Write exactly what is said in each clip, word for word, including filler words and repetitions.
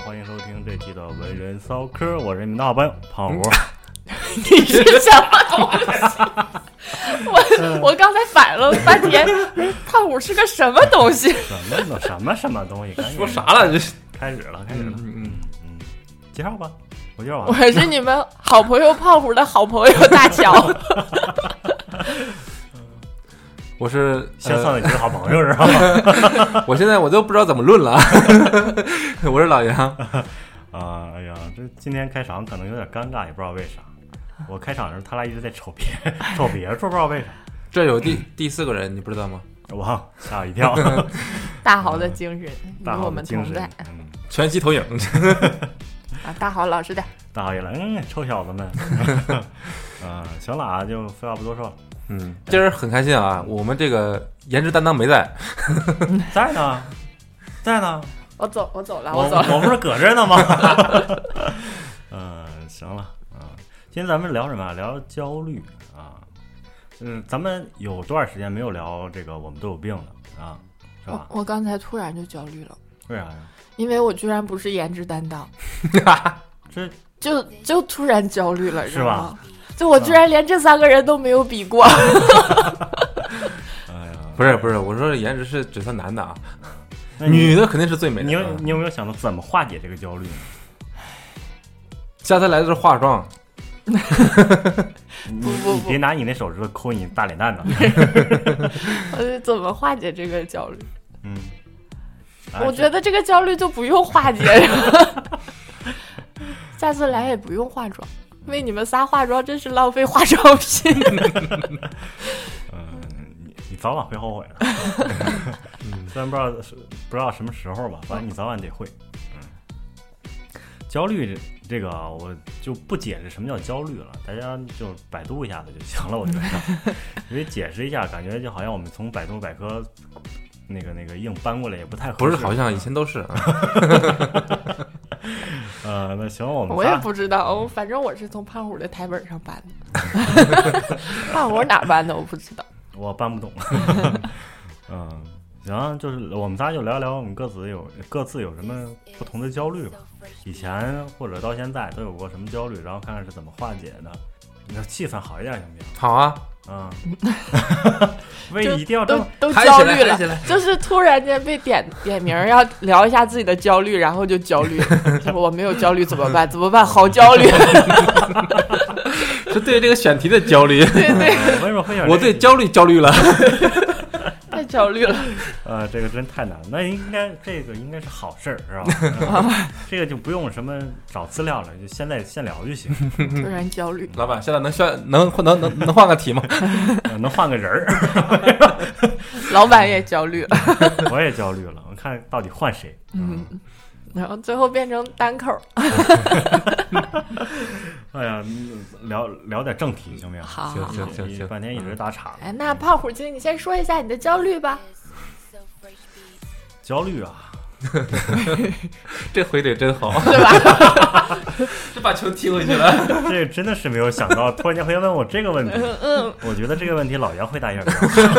欢迎收听这期的文人骚嗑，我是你们的好朋友胖虎。 你是什么东西？我我刚才反了半天，胖虎是个什么东西？ 什么什么什么东西？ 说啥了？这开始了，开始了。嗯嗯嗯，介绍吧，我介绍完了。 我是你们好朋友胖虎的好朋友大乔。 我是先算你是好朋友是吧？ 我现在我都不知道怎么论了。我是老杨。 啊，哎呀，这今天开场可能有点尴尬，也不知道为啥。我开场的时候，他俩一直在瞅别瞅别处，不知道为啥。这有第第四个人，你不知道吗？ 哇，吓我一跳！ 大豪的精神与我们同在， 嗯、全息投影。 啊，大豪老实点。 大豪也来，嗯，臭小子们。嗯、呃，行了啊，就废话不多说了。 嗯，今儿很开心啊，我们这个颜值担当没在。 在呢，在呢。 我走，我走了， 我走了。 我不是搁这呢吗？嗯、呃，行了啊，今天咱们聊什么？聊焦虑啊。嗯，咱们有多少时间没有聊这个？我们都有病了啊，是吧？ 我, 我刚才突然就焦虑了。 为啥呀？ 因为我居然不是颜值担当。 这就就突然焦虑了， 是吧？ 就我居然连这三个人都没有比过。哎呀， 不是不是，我说颜值是只算男的啊，女的肯定是最美的。 你有你有没有想到怎么化解这个焦虑呢？ 下次来的是化妆。 不不你别拿你那手指头抠你大脸蛋子。 呃，怎么化解这个焦虑？ 嗯， 我觉得这个焦虑就不用化解。下次来也不用化妆。为你们仨化妆真是浪费化妆品。 嗯，你你早晚会后悔的。虽然不知道不知道什么时候吧，反正你早晚得会。嗯，焦虑这个我就不解释什么叫焦虑了，大家就百度一下子就行了，我觉得。因为解释一下，感觉就好像我们从百度百科那个那个硬搬过来也不太合适。 不是，好像以前都是。 呃，那行，我们我也不知道，反正我是从胖虎的台本上搬的。胖虎哪搬的我不知道， 我搬不懂。嗯，行，就是我们仨就聊聊我们各自有各自有什么不同的焦虑吧，以前或者到现在都有过什么焦虑，然后看看是怎么化解的。你的气氛好一点行不行？ 好啊。 嗯，为一定要都都焦虑了，就是突然间被点点名要聊一下自己的焦虑，然后就焦虑。我没有焦虑怎么办？怎么办？好焦虑。 是对这个选题的焦虑。 对对， 为什么会有？ 我对焦虑焦虑了。 太焦虑了。 呃，这个真太难了。那应该这个应该是好事儿，是吧？这个就不用什么找资料了，就现在现聊就行。 突然焦虑。 老板，现在能选能能能能换个题吗？ 能换个人儿。 老板也焦虑了。 我也焦虑了，我看到底换谁。 嗯。然后最后变成单口。 哎呀，聊聊点正题行不行？ 好， 行行行行， 半天一直打岔。 哎，那胖虎精，你先说一下你的焦虑吧。 焦虑啊， 这回怼真好， 对吧？ 这把球踢回去了。 这真的是没有想到，突然间会问我这个问题。嗯嗯，我觉得这个问题老杨回答一下。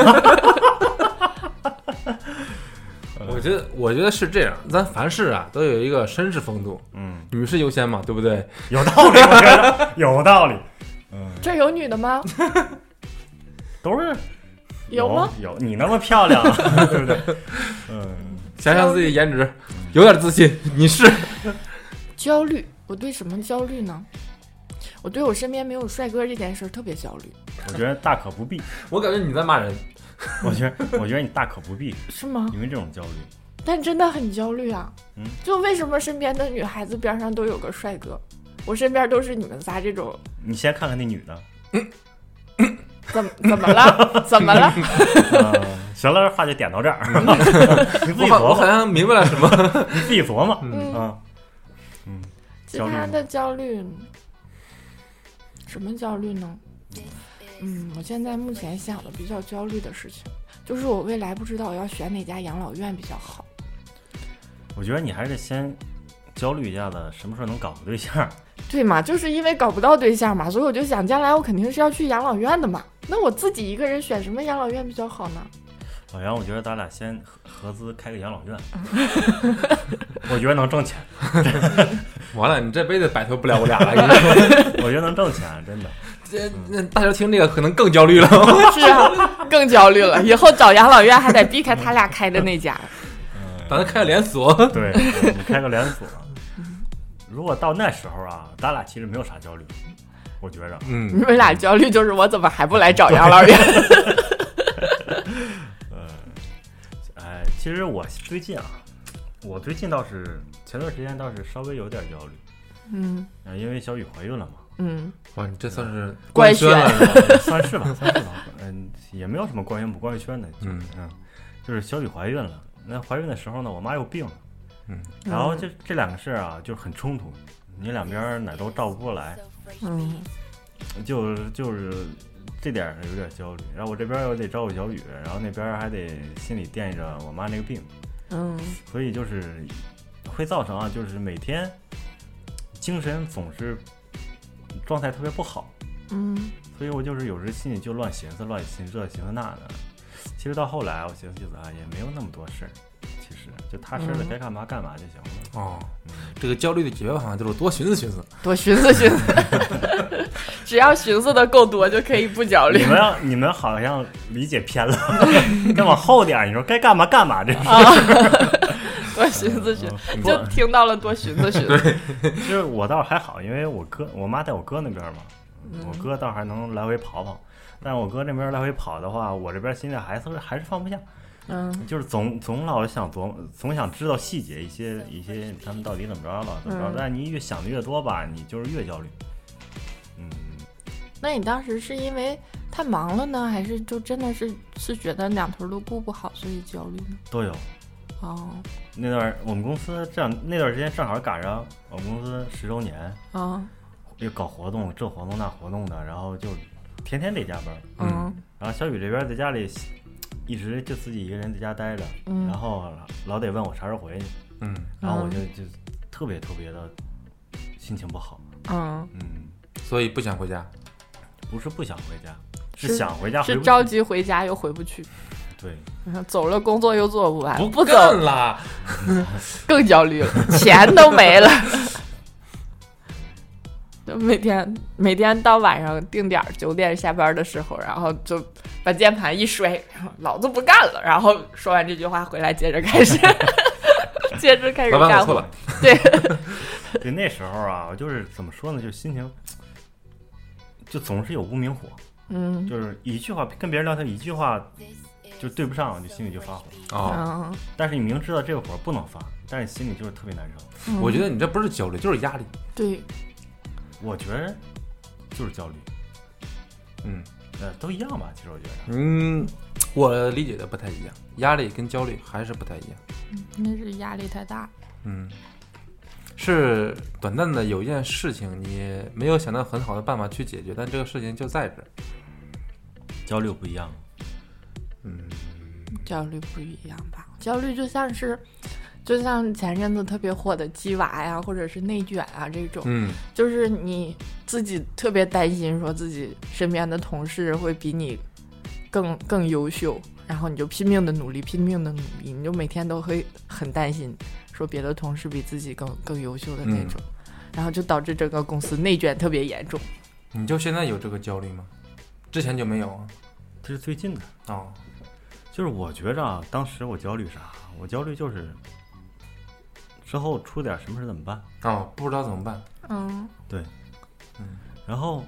我觉得，我觉得是这样，咱凡事啊都有一个绅士风度，嗯，女士优先嘛，对不对？ 有道理，我觉得有道理。 嗯，这有女的吗？ 都是有吗？ 有，你那么漂亮，对不对？嗯， 想想自己颜值，有点自信。你是焦虑？我对什么焦虑呢？我对我身边没有帅哥这件事特别焦虑。 我觉得大可不必。 我感觉你在骂人。 我觉得，我觉得你大可不必， 是吗？ 因为这种焦虑， 但真的很焦虑啊！ 嗯， 就为什么身边的女孩子边上都有个帅哥，我身边都是你们仨这种。 你先看看那女的， 嗯， 怎么怎么了？怎么了？ 呃、行了，话就点到这儿。你自己琢磨， 我好像明白了什么， 你自己琢磨。 嗯嗯嗯， 其他的焦虑，什么焦虑呢？嗯，我现在目前想的比较焦虑的事情，就是我未来不知道我要选哪家养老院比较好。 我觉得你还是先焦虑一下子，什么时候能搞个对象？ 对嘛，就是因为搞不到对象嘛，所以我就想将来我肯定是要去养老院的嘛。那我自己一个人选什么养老院比较好呢？ 老杨，我觉得咱俩先合资开个养老院，我觉得能挣钱。 完了，你这辈子摆脱不了我俩了。 我觉得能挣钱，真的。 这那大家听这个可能更焦虑了。 是啊，更焦虑了。以后找养老院还得避开他俩开的那家。 嗯， 咱开个连锁。 对，你开个连锁。如果到那时候啊，咱俩其实没有啥焦虑，我觉着。 嗯， 你们俩焦虑就是我怎么还不来找养老院？ 哎，其实我最近啊，我最近倒是前段时间倒是稍微有点焦虑， 嗯， 因为小雨怀孕了嘛。 嗯， 哇，你这算是官宣了， 算是吧，算是吧。嗯，也没有什么官宣不官宣的，就是、 嗯嗯，就是小雨怀孕了。那怀孕的时候呢，我妈又病了， 嗯， 然后这这两个事儿啊，就很冲突，你两边哪都照顾不过来， 嗯， 就就是这点有点焦虑。然后我这边又得照顾小雨，然后那边还得心里惦记着我妈那个病， 嗯， 所以就是会造成啊，就是每天精神总是状态特别不好， 嗯， 所以我就是有时心里就乱寻思乱寻思这寻思那的。其实到后来我寻思寻思啊，也没有那么多事儿，其实就踏实的该干嘛干嘛就行了。 哦，嗯、这个焦虑的解决方法就是多寻思寻思， 多寻思寻思，只要寻思的够多就可以不焦虑。 你们要你们好像理解偏了，再往后点，你说该干嘛干嘛这是。 啊多寻思寻思，就听到了多寻思寻思。 其实我倒还好，因为我哥我妈在我哥那边嘛，我哥倒还能来回跑跑。但我哥这边来回跑的话，我这边心里还是还是放不下， 嗯， 就是总总老想琢磨，总想知道细节一些一些他们到底怎么着了怎么着， 嗯、 但你越想的越多吧，你就是越焦虑。嗯， 那你当时是因为太忙了呢，还是就真的是是觉得两头都顾不好，所以焦虑呢？ 都有。 哦， 那段我们公司这样那段时间正好赶上我们公司十周年， 啊， 又搞活动，这活动那活动的，然后就天天得加班。 嗯， 然后小雨这边在家里一直就自己一个人在家待着， 嗯， 然后老得问我啥时候回去， 嗯， 然后我就就特别特别的心情不好， 嗯嗯， 所以不想回家， 不是不想回家，是想回家回不去， 是着急回家又回不去， 对， 走了工作又做不完， 不不走了， 更焦虑了，钱都没了。每天每天到晚上定点九点下班的时候，然后就把键盘一摔，然后老子不干了，然后说完这句话回来接着开始接着开始干活。对对，那时候啊，我就是怎么说呢，就心情就总是有无名火， 嗯， 就是一句话跟别人聊天，一句话就对不上，就心里就发火哦、 嗯。 但是你明知道这个火不能发，但是心里就是特别难受。 嗯、 我觉得你这不是焦虑，就是压力。 对， 我觉得就是焦虑。 嗯， 呃，都一样吧，其实我觉得。 嗯，我理解的不太一样，压力跟焦虑还是不太一样。 嗯，那是压力太大。 嗯，是短暂的有一件事情你没有想到很好的办法去解决，但这个事情就在这儿。 焦虑不一样。 嗯， 焦虑不一样吧？焦虑就像是，就像前阵子特别火的鸡娃呀，或者是内卷啊这种， 嗯， 就是你自己特别担心，说自己身边的同事会比你更更优秀，然后你就拼命的努力，拼命的努力，你就每天都会很担心，说别的同事比自己更更优秀的那种，嗯、然后就导致整个公司内卷特别严重。 你就现在有这个焦虑吗？之前就没有啊？ 这是最近的哦。 就是我觉着啊，当时我焦虑啥？我焦虑就是之后出点什么事怎么办？ 哦，不知道怎么办。 嗯， 对，嗯，然后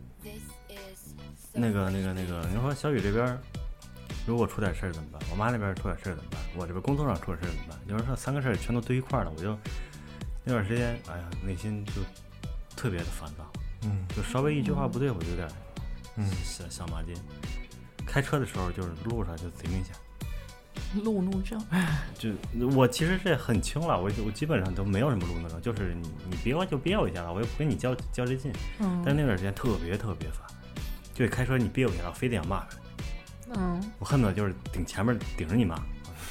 那个那个那个，你说小雨这边如果出点事儿怎么办？我妈那边出点事儿怎么办？我这边工作上出点事儿怎么办？有人说三个事儿全都堆一块了，我就那段时间，哎呀，内心就特别的烦躁。 嗯， 就稍微一句话不对，我就有点嗯小小麻筋。开车的时候就是路上就贼明显， 路怒症。 就我其实这很轻了，我我基本上都没有什么路怒症，就是你你憋我就憋我一下子，我又不跟你较较这劲。 嗯。 但那段时间特别特别烦，就开车你憋我一下，非得要骂他。 嗯。 我恨不得就是顶前面顶着你骂。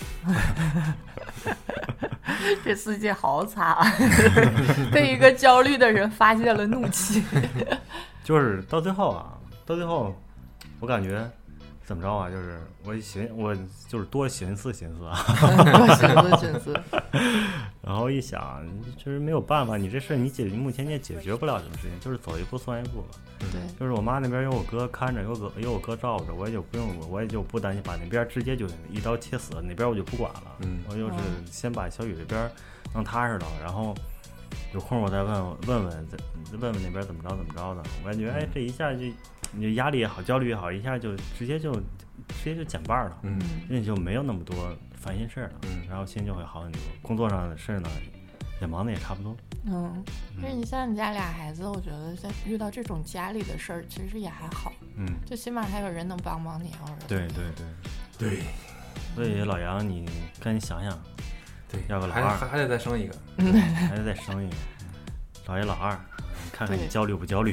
这世界好惨，被一个焦虑的人发泄了怒气。 就是到最后啊，到最后，我感觉怎么着啊？就是我寻我就是多寻思寻思啊， 多寻思寻思。 然后一想，就是没有办法，你这事你解目前你也解决不了这个事情，就是走一步算一步吧。 对， 就是我妈那边有我哥看着，有我有我哥照着，我也就不用，我也就不担心，把那边直接就一刀切死，那边我就不管了。 嗯， 我就是先把小雨这边弄踏实了，然后有空我再问问问问问问那边怎么着怎么着的。我感觉哎，这一下就你压力也好，焦虑也好，一下就直接就直接就减半了， 嗯， 因为就没有那么多烦心事儿了， 嗯， 然后心就会好很多。工作上的事呢，也忙的也差不多。 嗯，其实你像你家俩孩子，我觉得像遇到这种家里的事儿，其实也还好， 嗯， 就起码还有人能帮帮你，或者对对对对， 所以老杨，你赶紧想想， 对， 要个老二， 还还得再生一个， 嗯，还得再生一个，找一老二，看看你焦虑不焦虑？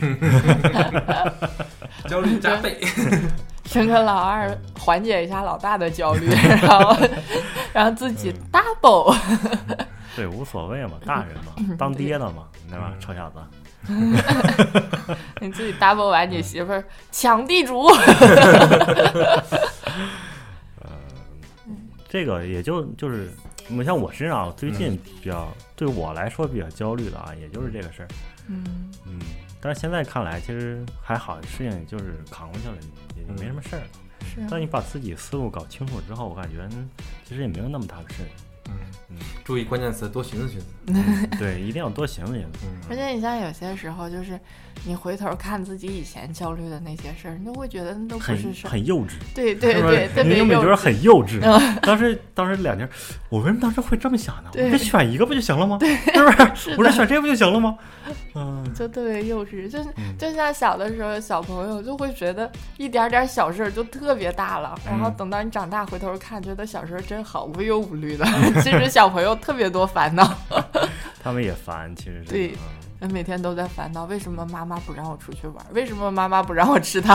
焦虑加倍。 生个老二缓解一下老大的焦虑，然后然后自己 double，、 嗯、对，无所谓嘛，大人嘛，当爹的嘛，对吧，臭小子。 你自己 double 完，你媳妇儿抢地主。 呃，这个也就就是你像我身上最近比较、嗯、对我来说比较焦虑的啊，也就是这个事儿。 嗯嗯，但是现在看来其实还好，事情就是扛过去了，也就没什么事儿了。 是、啊。 当你把自己思路搞清楚之后，我感觉其实也没有那么大的事。 嗯嗯，注意关键词，多寻思寻思。 嗯、对，一定要多寻思寻思。 嗯。而且你像有些时候，就是你回头看自己以前焦虑的那些事儿，你都会觉得那都不是事儿， 很幼稚。 对对对，特别幼稚。 你有没有觉得很幼稚？嗯、当时当时两天，我为什么当时会这么想呢？我这选一个不就行了吗？ 对， 是不是？ 是我这选这不就行了吗？嗯， 就特别幼稚，就就像小的时候，小朋友就会觉得一点点小事就特别大了，然后等到你长大回头看，觉得小时候真好，无忧无虑的。其实小朋友特别多烦恼， 他们也烦，其实是对，嗯、每天都在烦恼，为什么妈妈不让我出去玩？为什么妈妈不让我吃糖？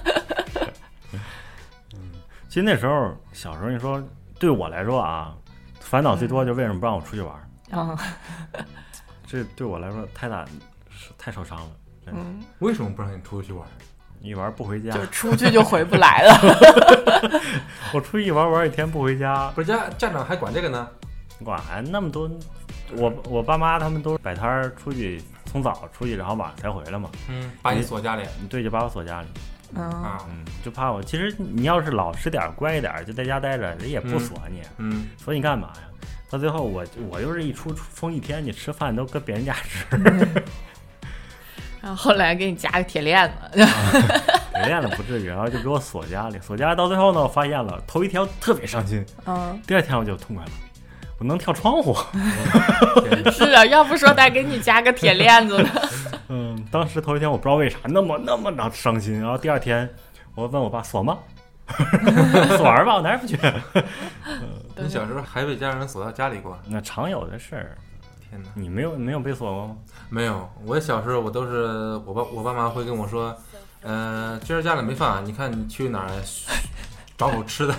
嗯，其实那时候小时候，你说对我来说啊，烦恼最多就为什么不让我出去玩？ 嗯。 这对我来说太大，太受伤了。 嗯， 为什么不让你出去玩？ 一玩不回家， 就出去就回不来了。 我出去一玩玩一天不回家， 不是家家长还管这个呢？ 管那么多，我我爸妈他们都摆摊出去，从早出去，然后晚上才回来嘛。 嗯，把你锁家里。 对，就把我锁家里。 嗯啊， 嗯，就怕我。其实你要是老实点、乖一点，就在家待着，人也不锁你。 嗯， 锁你干嘛呀？到最后我我又是一出疯一天，你吃饭都搁别人家吃。 然后后来给你加个铁链子， 啊、铁链子不至于，然后就给我锁家里。锁家到最后呢，我发现了，头一天我特别伤心， 嗯， 第二天我就痛快了，我能跳窗户。 是啊，要不说再给你加个铁链子呢。 嗯，当时头一天我不知道为啥那么那么的伤心，然后第二天我问我爸锁吗？锁玩吧，我哪儿也不去。 你小时候还被家人锁到家里过？ 那常有的事儿。 天哪， 你没有没有被锁过吗？ 没有，我小时候我都是我爸我爸妈会跟我说，呃，今儿家里没饭，你看你去哪儿找口吃的。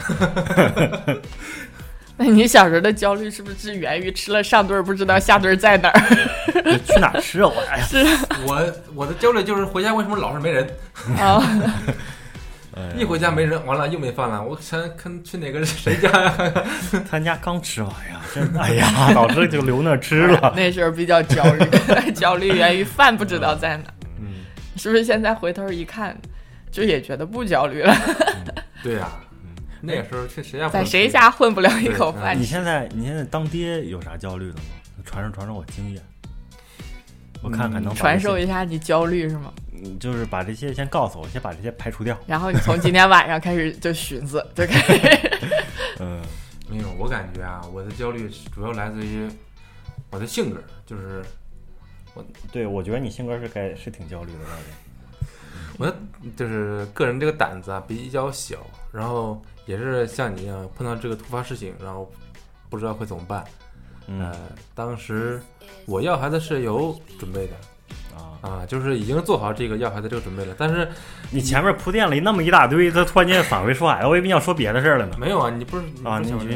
那你小时候的焦虑是不是源于吃了上顿不知道下顿在哪儿？ 去哪儿吃啊？我哎呀， 是我我的焦虑就是回家为什么老是没人啊？ 一回家没人，完了又没饭了，我想看去哪个谁家呀？ 他家刚吃完呀，真哎呀，导致就留那吃了。 那时候比较焦虑，焦虑源于饭不知道在哪。 嗯， 是不是现在回头一看，就也觉得不焦虑了？ 嗯、对呀、啊，嗯，那个时候去谁家在谁家混不了一口饭、 嗯？你现在你现在当爹有啥焦虑的吗？传授传授我经验，我看看能传授一下你焦虑是吗？ 就是把这些先告诉我，先把这些排除掉。 然后你从今天晚上开始就寻思，就开始。 嗯， 没有，我感觉啊，我的焦虑主要来自于我的性格，就是我对我觉得你性格是该是挺焦虑的， 我的就是个人这个胆子啊比较小，然后也是像你一样碰到这个突发事情，然后不知道会怎么办。 嗯、 呃，当时我要孩子是有准备的。啊，就是已经做好这个要孩子这个准备了，但是你前面铺垫了那么一大堆，他突然间返回说：“哎，我以为你要说别的事儿了呢。” 没有啊，你不是啊，你去，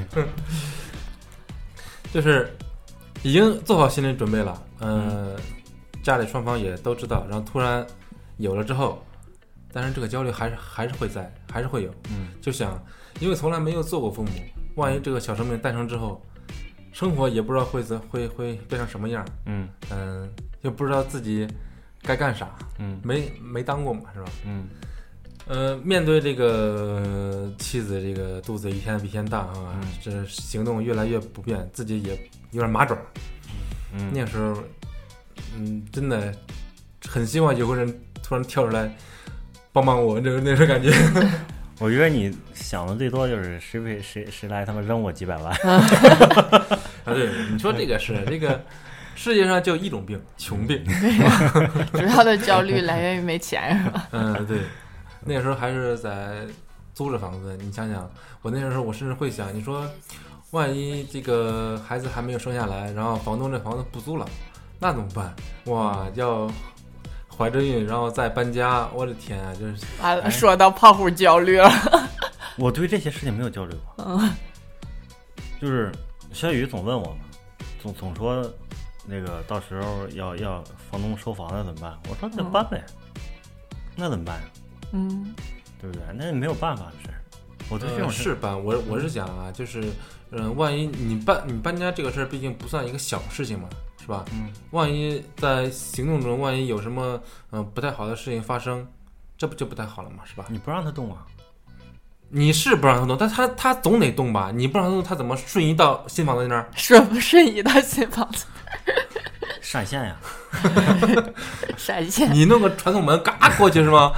就是已经做好心理准备了，呃、嗯，家里双方也都知道，然后突然有了之后， 但是这个焦虑还是还是会在，还是会有。 嗯， 就想，因为从来没有做过父母，万一这个小生命诞生之后，生活也不知道会怎会会变成什么样。 嗯嗯、呃，又不知道自己该干啥。 嗯， 没没当过嘛，是吧？ 嗯。 呃，面对这个妻子，这个肚子一天比一天大啊， 嗯、 这行动越来越不便，自己也有点麻爪。 嗯， 那个时候，嗯，真的很希望有个人突然跳出来帮帮我，这个那种感觉。 我觉得你想的最多就是谁谁谁谁来他妈扔我几百万。 啊，对，你说这个是这个世界上就一种病，穷病。 主要的焦虑来源于没钱，是吧？ 嗯，对。那个时候还是在租着房子，你想想，我那时候我甚至会想，你说，万一这个孩子还没有生下来，然后房东这房子不租了，那怎么办？哇，要怀着孕，然后再搬家，我的天啊，就是完了，说到胖虎焦虑了。 我对这些事情没有焦虑过， 嗯， 就是小雨总问我嘛，总总说那个到时候要要房东收房子怎么办？我说那搬呗，嗯、那怎么办呀？ 嗯， 对不对？那也没有办法的事儿。我对这种事、呃、是搬，我我是想啊，就是，嗯、呃，万一你搬你搬家这个事儿，毕竟不算一个小事情嘛，是吧？ 嗯。 万一在行动中，万一有什么嗯、呃、不太好的事情发生，这不就不太好了嘛，是吧？ 你不让他动啊？ 你是不让他动，但他他总得动吧？你不让他动，他怎么瞬移到新房子那儿？ 顺不瞬移到新房子？ 闪现呀！ 闪现！ 你弄个传送门嘎过去是吗？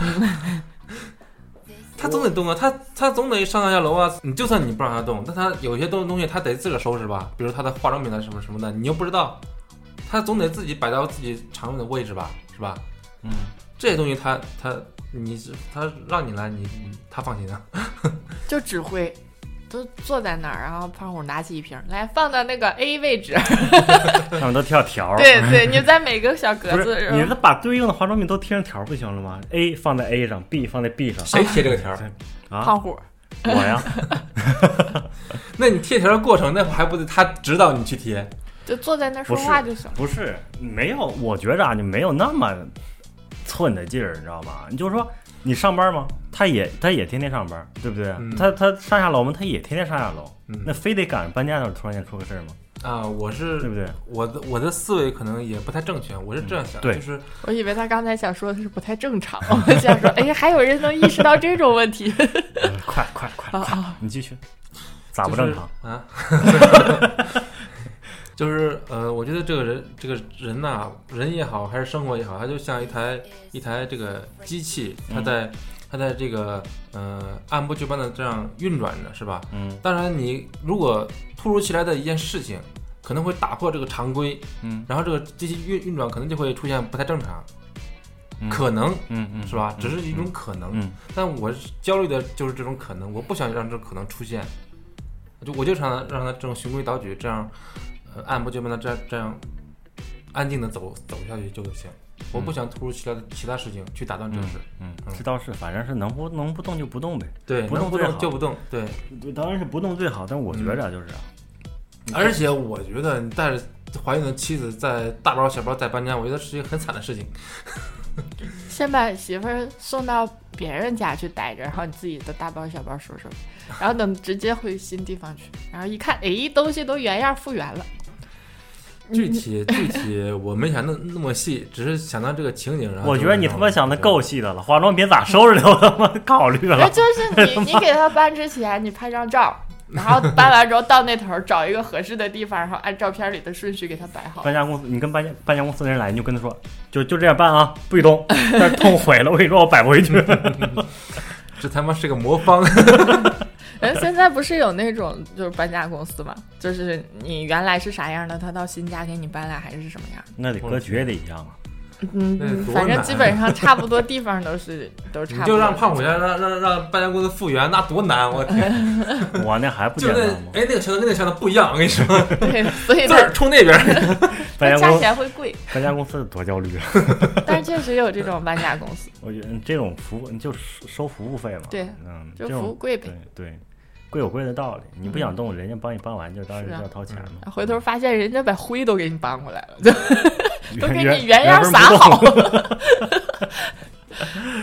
他总得动啊，他他总得上上下楼啊。你就算你不让他动，但他有些东东西他得自个收拾吧，比如他的化妆品啊什么什么的，你又不知道，他总得自己摆到自己常用的位置吧，是吧？ 嗯， 这些东西他他你他让你来，你他放心啊。 就指挥。都坐在那儿，然后胖虎拿起一瓶来放到那个 A 位置， 上面都贴条。 对对，你在每个小格子， 你是把对应的化妆品都贴上条不行了吗 ？A 放在 A 上 ，B 放在 B 上， 谁贴这个条？ 啊， 胖虎， 我呀。 那你贴条的过程，那还不得他指导你去贴？ 就坐在那说话就行。 不是，不是没有，我觉着啊，你没有那么寸的劲儿，你知道吗？你就是说。你上班吗？他也他也天天上班，对不对？嗯、他他上下楼吗？他也天天上下楼。嗯、那非得赶上搬家的时候突然间出个事儿吗？ 啊，我是对不对？ 我的我的思维可能也不太正确，我是这样想， 嗯、对， 就是我以为他刚才想说的是不太正常，我想说，哎，还有人能意识到这种问题？ 呃、快快快快，啊、你继续，咋不正常、 就是、啊？就是呃，我觉得这个人这个人呐、啊，人也好，还是生活也好，他就像一台一台这个机器，他在、嗯、他在这个呃按部就班的这样运转着，是吧？ 嗯。 当然，你如果突如其来的一件事情，可能会打破这个常规， 嗯， 然后这个机器运运转可能就会出现不太正常， 嗯、 可能， 嗯嗯， 是吧？只是一种可能。 嗯。 但我焦虑的就是这种可能，我不想让这可能出现，就我就想让他这种循规蹈矩，这样。呃，按部就班的这这样安静的走走下去就行，我不想突如其来的其他事情去打断这个事。 嗯，嗯这倒是，反正是能不能不动就不动呗。 对， 不动不动就不动。对， 对，当然是不动最好，但我觉着就是、 嗯，而且我觉得你带着怀孕的妻子在大包小包再搬家，我觉得是一个很惨的事情。 先把媳妇儿送到别人家去待着，然后你自己的大包小包收拾，然后等直接回新地方去，然后一看，哎，东西都原样复原了。 具体具体我没想那那么细，只是想到这个情景。然后我觉得你他妈想的够细的了，化妆品咋收拾的我他妈考虑了。 就是你你给他搬之前，你拍张照。然后搬完之后到那头找一个合适的地方，然后按照片里的顺序给他摆好。 搬家公司，你跟搬家搬家公司的人来，你就跟他说，就就这样办啊，不许动。但是痛毁了，我跟你说，我摆不回去。 这他妈是个魔方。 人现在不是有那种就是搬家公司嘛，就是你原来是啥样的，他到新家给你搬来还是什么样？ 那得格局也得一样啊。 嗯，反正基本上差不多地方都是都差不多。 你就让胖虎家让让让搬家公司复原，那多难！我天， 我那还不简单吗？ 哎，那个箱子跟那个箱子不一样，我跟你说。 对，所以字儿冲那边， 搬价钱会贵。 搬家公司多焦虑啊！ 但是确实有这种搬家公司。 我觉得这种服务就收服务费嘛。 对， 嗯， 就服务贵呗。 对对。贵有贵的道理，你不想动，嗯、人家帮你搬完就当然是要掏钱嘛、 啊。回头发现人家把灰都给你搬过来了，都给你原样撒好。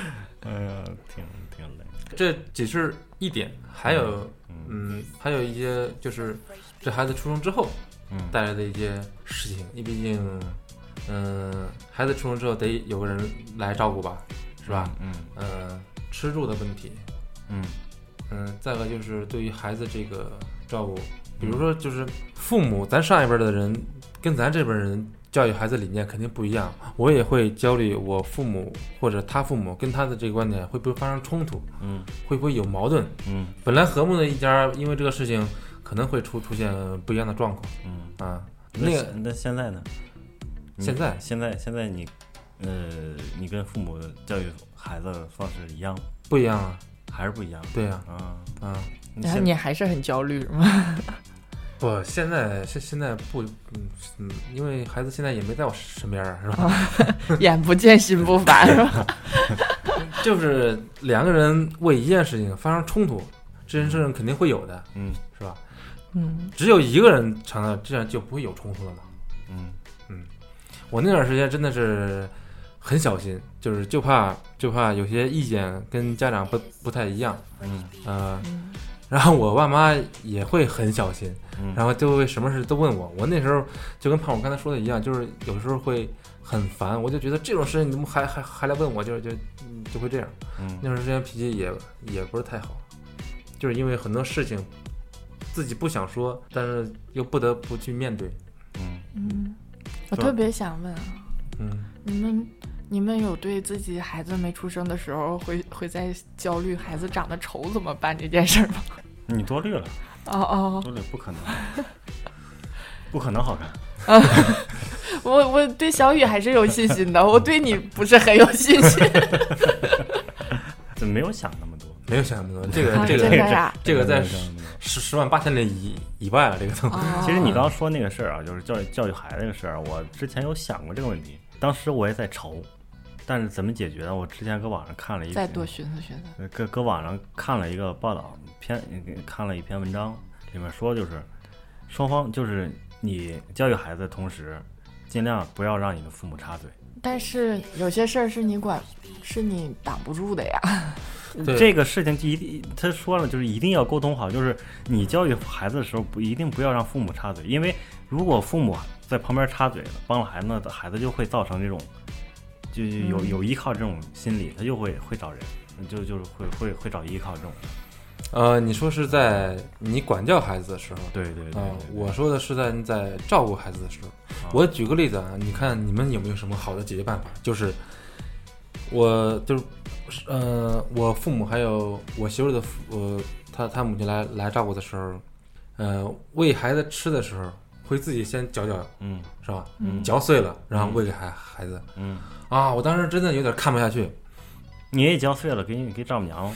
哎呀，挺挺累。 这只是一点，还有嗯，还有一些就是这孩子出生之后嗯带来的一些事情，因为毕竟嗯，孩子出生之后得有个人来照顾吧，是吧？ 嗯嗯，吃住的问题， 嗯嗯，再个就是对于孩子这个照顾，比如说就是父母，咱上一辈的人跟咱这边人教育孩子理念肯定不一样，我也会焦虑我父母或者他父母跟他的这个观点会不会发生冲突， 嗯会不会有矛盾？ 嗯本来和睦的一家，因为这个事情可能会出出现不一样的状况嗯啊。那个那现在呢？ 现在现在现在你，呃，你跟父母教育孩子的方式一样， 不一样啊， 还是不一样？ 对呀啊啊， 啊！ 然后你还是很焦虑是吗？ 不，现在现现在不，嗯嗯，因为孩子现在也没在我身边儿，是吧？ 眼不见心不烦是吧？ 就是两个人为一件事情发生冲突，这件事情肯定会有的， 嗯是吧？ 嗯只有一个人成了，这样就不会有冲突了嘛。 嗯我那段时间真的是很小心，就是就怕就怕有些意见跟家长不不太一样， 嗯呃， 嗯然后我爸妈也会很小心， 嗯， 然后就会什么事都问我。我那时候就跟胖虎刚才说的一样，就是有时候会很烦，我就觉得这种事情你怎么还还还来问我，就就就会这样。 嗯那段时间脾气也也不是太好，就是因为很多事情自己不想说，但是又不得不去面对。 嗯嗯，我是吧特别想问啊， 嗯， 你们你们有对自己孩子没出生的时候会会在焦虑孩子长得丑怎么办这件事吗？ 你多虑了， 哦哦， 多虑不可能，不可能好看。 我我对小雨还是有信心的，我对你不是很有信心。 怎么没有想那么多？ 没有想那么多，这个啊这个真的呀？ 这个在没有想那么多十十万八千里以以外了，这个都。 哦其实你刚刚说那个事儿啊，就是教育教育孩子这个事儿，我之前有想过这个问题，当时我也在愁，但是怎么解决呢？我之前搁网上看了一再多寻思寻思。 呃搁搁网上看了一个报道篇，看了一篇文章，里面说就是双方就是你教育孩子的同时，尽量不要让你的父母插嘴。 但是有些事儿是你管，是你挡不住的呀。 对这个事情就一定，他说了，就是一定要沟通好，就是你教育孩子的时候，不一定不要让父母插嘴，因为如果父母在旁边插嘴了，帮了孩子，那孩子就会造成这种，就有嗯有依靠这种心理，他就会会找人，就就是会会会找依靠这种。 呃，你说是在你管教孩子的时候， 对对对啊、 对我说的是在你在照顾孩子的时候。 啊我举个例子啊，你看你们有没有什么好的解决办法？就是我就是呃，我父母还有我媳妇儿的父呃，他他母亲来来照顾的时候，呃，喂孩子吃的时候会自己先嚼嚼， 嗯是吧？ 嗯嚼碎了，然后喂给孩孩子。 嗯， 啊，我当时真的有点看不下去。 你也嚼碎了，给你给丈母娘。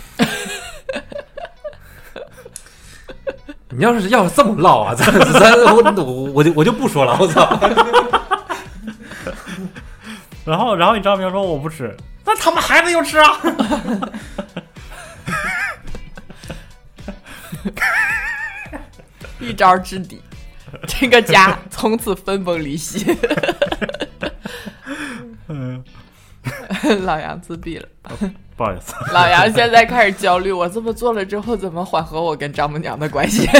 你要是要是这么唠啊，咱咱我我我就我就不说了，我操！ 然后然后你丈母娘说我不吃，那他们孩子又吃啊。 一招制敌，这个家从此分崩离析。 嗯， 老杨自闭了， 不好意思。 老杨现在开始焦虑，我这么做了之后怎么缓和我跟丈母娘的关系？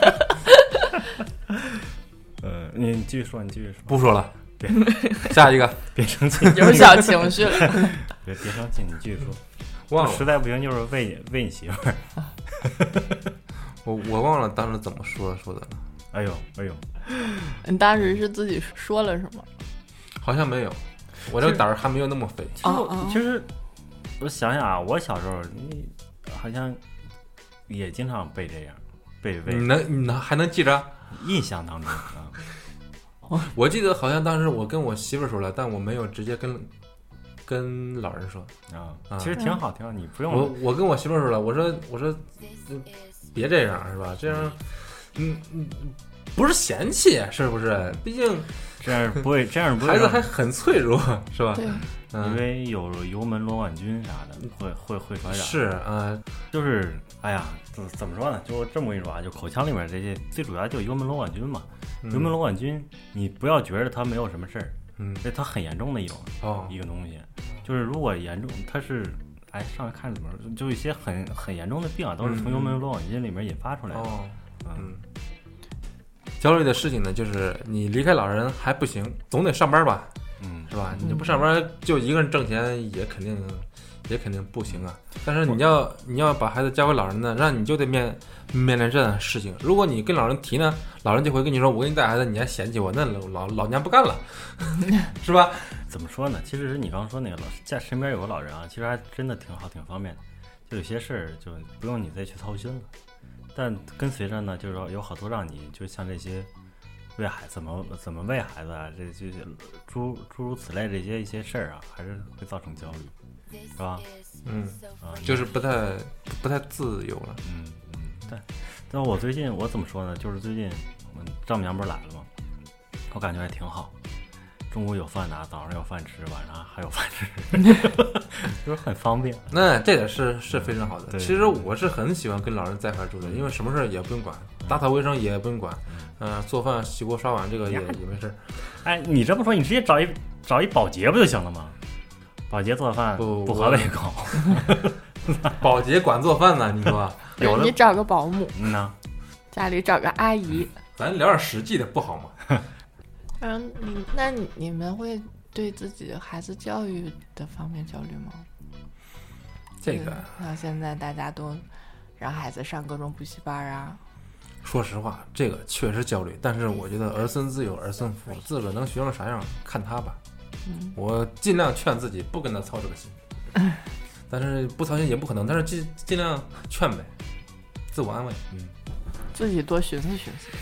呃，你你继续说，你继续说， 不说了， 别下一个别生气， 有小情绪了。 别别生气，你继续说。 忘了， 实在不行就是喂你喂你媳妇儿。 我我忘了当时怎么说说的了， 哎呦哎呦， 你当时是自己说了什么？ 好像没有，我这个胆儿还没有那么肥。 其实我啊啊其实我想想啊，我小时候你好像也经常被这样被喂， 你能你能还能记着？ 印象当中啊， 我记得好像当时我跟我媳妇儿说了，但我没有直接跟跟老人说。 啊， 啊其实挺好挺好，你不我用我跟我媳妇儿说了，我说我说，嗯别这样是吧？这样，嗯嗯，不是嫌弃是不是？毕竟这样不会这样不会让孩子还很脆弱是吧？ 对， 因嗯， 为有油门螺杆菌啥的，会会会传染。 是啊， 就是哎呀，怎怎么说呢？就这么跟你说啊，就口腔里面这些最主要就是幽门螺杆菌嘛。 嗯幽门螺杆菌，你不要觉得它没有什么事儿， 嗯这它很严重的一种哦一个东西。就是如果严重，它是哎，上回看里面就有一些很很严重的病啊，都是从幽门螺网菌里面引发出来的。 哦， 嗯。 嗯焦虑的事情呢，就是你离开老人还不行，总得上班吧， 嗯， 是吧？你就不上班，就一个人挣钱也肯定也肯定不行啊。但是你要你要把孩子交给老人呢，让你就得面面临这样的事情。如果你跟老人提呢，老人就会跟你说：“我给你带孩子，你还嫌弃我，那老老娘不干了，是吧？” 怎么说呢？其实你刚刚说那个老在身边有个老人啊，其实还真的挺好，挺方便的。就有些事儿就不用你再去操心了。但跟随着呢，就是说有好多让你就像这些喂孩怎么怎么喂孩子啊，这这些诸诸如此类这些一些事儿啊，还是会造成焦虑，是吧？ 嗯啊， 就是不太不太自由了。 嗯嗯，但但我最近我怎么说呢？就是最近我们丈母娘不是来了吗？我感觉还挺好。中午有饭拿，早上有饭吃，晚上还有饭吃，就是很方便。 那这点是是非常好的。 对其实我是很喜欢跟老人在一块住的，因为什么事儿也不用管，打扫卫生也不用管，嗯、呃，做饭、洗锅、刷碗这个也也没事。 哎，你这么说，你直接找一找一保洁不就行了吗？保洁做饭不不合胃口， 保洁管做饭呢，你说？ 有的你找个保姆， 嗯呐， 家里找个阿姨。 咱聊点实际的不好吗？ 嗯，你那你你们会对自己孩子教育的方面焦虑吗？ 这个， 像现在大家都让孩子上各种补习班啊。 说实话，这个确实焦虑，但是我觉得儿孙自有儿孙福，自个儿能学成啥样看他吧。 嗯， 我尽量劝自己不跟他操这个心，但是不操心也不可能，但是尽尽量劝呗，自我安慰。嗯， 自己多寻思寻思。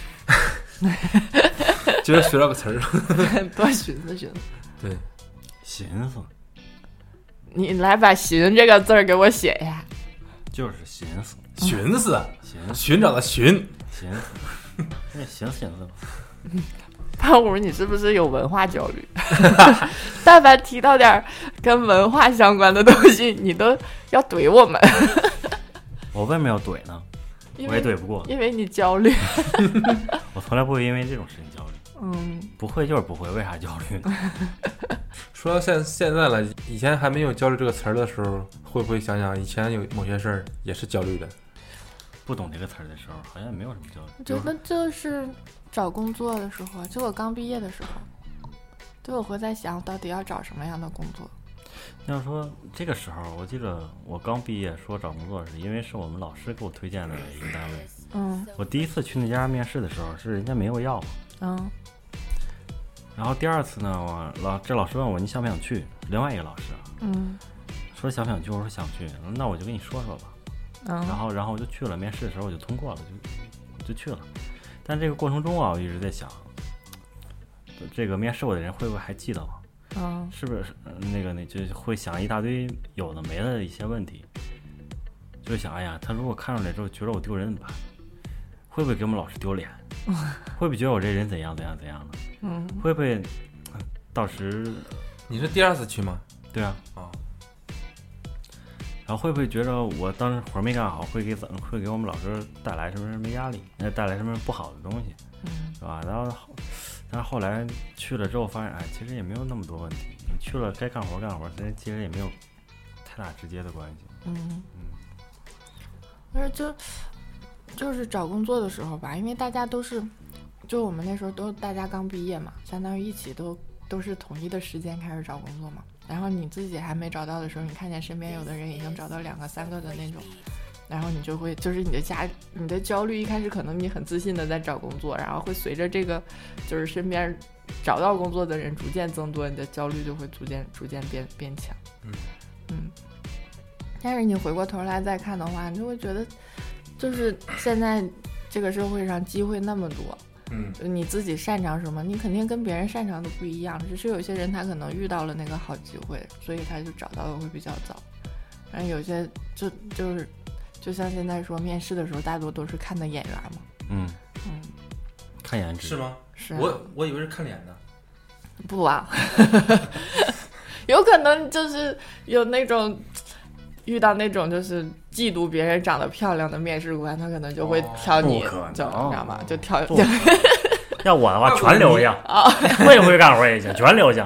觉得学了个词儿， 多寻思寻思。 对， 寻思你来把“寻”这个字儿给我写呀。 就是寻思， 寻思， 寻思， 寻找的寻， 寻思，那寻思寻思吧。 胖虎，你是不是有文化焦虑？但凡提到点跟文化相关的东西，你都要怼我们。 我为什么要怼呢？我也怼不过， 因为你焦虑。 我从来不会因为这种事情焦虑。 嗯， 不会就是不会，为啥焦虑呢？ 说到现现在了，以前还没有焦虑这个词儿的时候，会不会想想以前有某些事儿也是焦虑的？ 不懂这个词儿的时候，好像也没有什么焦虑。 我觉得就是找工作的时候，就我刚毕业的时候，就我会在想，到底要找什么样的工作。 要说这个时候，我记得我刚毕业说找工作，是因为是我们老师给我推荐的一个单位。 嗯， 我第一次去那家面试的时候，是人家没有要我。 嗯。 然后第二次呢，我老这老师问我你想不想去？另外一个老师， 嗯， 说想不想去？我说想去，那我就跟你说说吧。 嗯， 然后然后我就去了，面试的时候我就通过了，就就去了。但这个过程中啊，我一直在想，这个面试我的人会不会还记得我？ 嗯， 是不是那个那就会想一大堆有的没的一些问题，就想哎呀，他如果看出来之后觉得我丢人怎么办？会不会给我们老师丢脸？会不会觉得我这人怎样怎样怎样的？ 嗯， 会不会到时你是第二次去吗？ 对啊， 啊， 然后会不会觉得我当时活没干好，会给怎会给我们老师带来什么什么压力，带来什么不好的东西， 嗯， 是吧？然后，但是后来去了之后发现，哎，其实也没有那么多问题。你去了该干活干活，其实也没有太大直接的关系。 嗯嗯， 但是就就是找工作的时候吧，因为大家都是，就我们那时候都大家刚毕业嘛，相当于一起都都是统一的时间开始找工作嘛。然后你自己还没找到的时候，你看见身边有的人已经找到两个三个的那种，然后你就会就是你的家你的焦虑一开始可能你很自信的在找工作，然后会随着这个就是身边找到工作的人逐渐增多，你的焦虑就会逐渐逐渐变变强。 嗯嗯，但是你回过头来再看的话，你就会觉得就是现在这个社会上机会那么多， 嗯， 你自己擅长什么，你肯定跟别人擅长的不一样，只是有些人他可能遇到了那个好机会，所以他就找到的会比较早，然后有些就就是就像现在说面试的时候大多都是看的眼缘嘛。 嗯嗯， 看颜值是吗？ 是、啊、 我我以为是看脸的。 不啊有可能就是有那种遇到那种就是嫉妒别人长得漂亮的面试官，他可能就会挑你， 不可能就你知道吗？就挑。 要我的话全留下，会不会干活也行，全留下。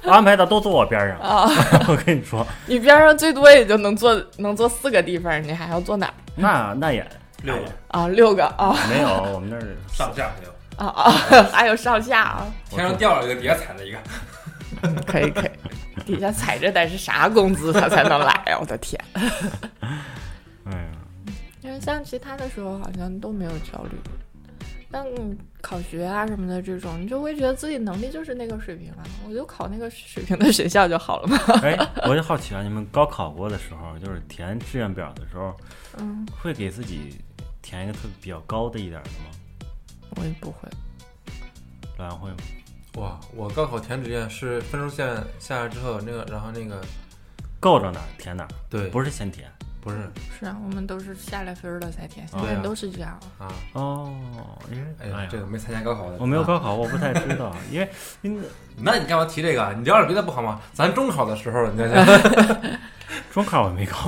安排的都坐我边上啊。 我跟你说， 你边上最多也就能坐能坐四个地方，你还要坐哪儿？ 那那也六个啊，六个啊。 没有，我们那儿上下还有啊啊，还有上下啊。 天上掉了一个，底下踩了一个。 可以可以，底下踩着得是啥工资他才能来呀？我的天！ 哎呀， 因为像其他的时候好像都没有焦虑，但考学啊什么的这种，你就会觉得自己能力就是那个水平啊，我就考那个水平的学校就好了嘛。 哎，我就好奇啊，你们高考过的时候，就是填志愿表的时候， 嗯， 会给自己填一个特别比较高的一点的吗？ 我也不会。 老杨会吗？ 哇，我高考填志愿是分数线下来之后，那个然后那个够着哪儿填哪儿， 对， 不是先填， 不是是啊，我们都是下了分了才填，现对啊在都是这样啊。 哦，因为哎呀， 哎呀这个没参加高考的， 我没有啊高考，我不太知道，因为因为那你干嘛提这个？你聊点别的不好吗？咱中考的时候，你想想， 中考我没考。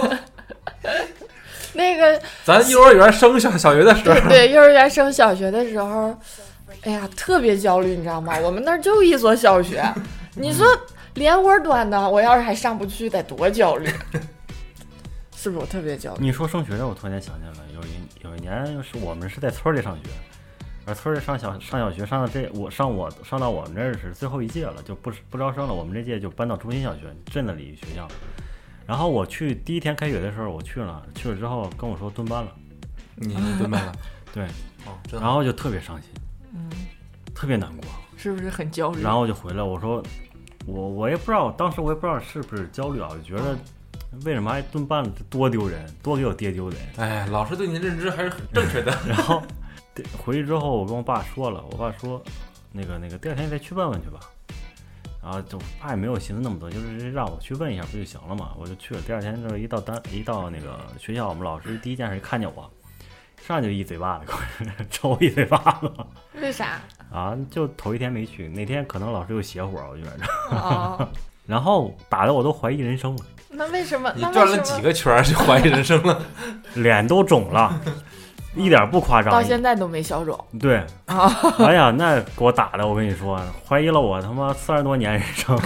那个咱幼儿园升小小学的时候， 对对，幼儿园升小学的时候，哎呀，特别焦虑，你知道吗？我们那儿就一所小学，你说连窝端的，我要是还上不去，得多焦虑，是不是？我特别焦虑。 你说升学的，我突然间想起来了，有一有一年是我们是在村里上学，而村里上小上小学上到这我上我上到我们这儿是最后一届了，就不不招生了，我们这届就搬到中心小学镇子里学校。然后我去第一天开学的时候，我去了，去了之后跟我说蹲班了， 你蹲班了， 对， 哦，真然后就特别伤心， 嗯， 特别难过， 是不是很焦虑？ 然后我就回来，我说我我也不知道，当时我也不知道是不是焦虑啊，我就觉得为什么还蹲班了，多丢人，多给我爹丢脸。 哎，老师对你的认知还是很正确的。 然后回去之后，我跟我爸说了，我爸说那个那个第二天再去问问去吧。然后就爸也没有寻思那么多，就是让我去问一下不就行了嘛，我就去了。第二天这一到单一到那个学校，我们老师第一件事看见我，上就一嘴巴子，抽我一嘴巴子。 为啥？ 啊，就头一天没去，那天可能老师有邪火，我觉着。 哦， 然后打的我都怀疑人生了。 那为什么？ 你转了那为什么几个圈儿就怀疑人生了？ 脸都肿了，一点不夸张。 到现在都没消肿。 对啊！ 哎呀，那给我打的，我跟你说，怀疑了我他妈三十多年人生。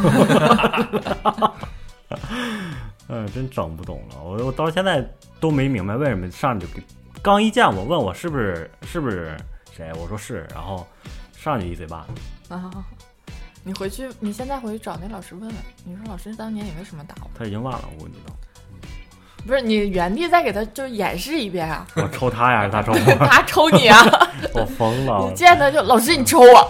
嗯，真整不懂了，我我到现在都没明白为什么上去就给，刚一见我问我是不是是不是谁，我说是，然后上去一嘴巴。 啊！你回去，你现在回去找那老师问问，你说老师当年你为什么打我？ 他已经忘了，我跟你说。 不是你原地再给他就演示一遍啊！ 我抽他呀，他抽我， 他抽你啊！ 我疯了！ 你见他就老师你抽我，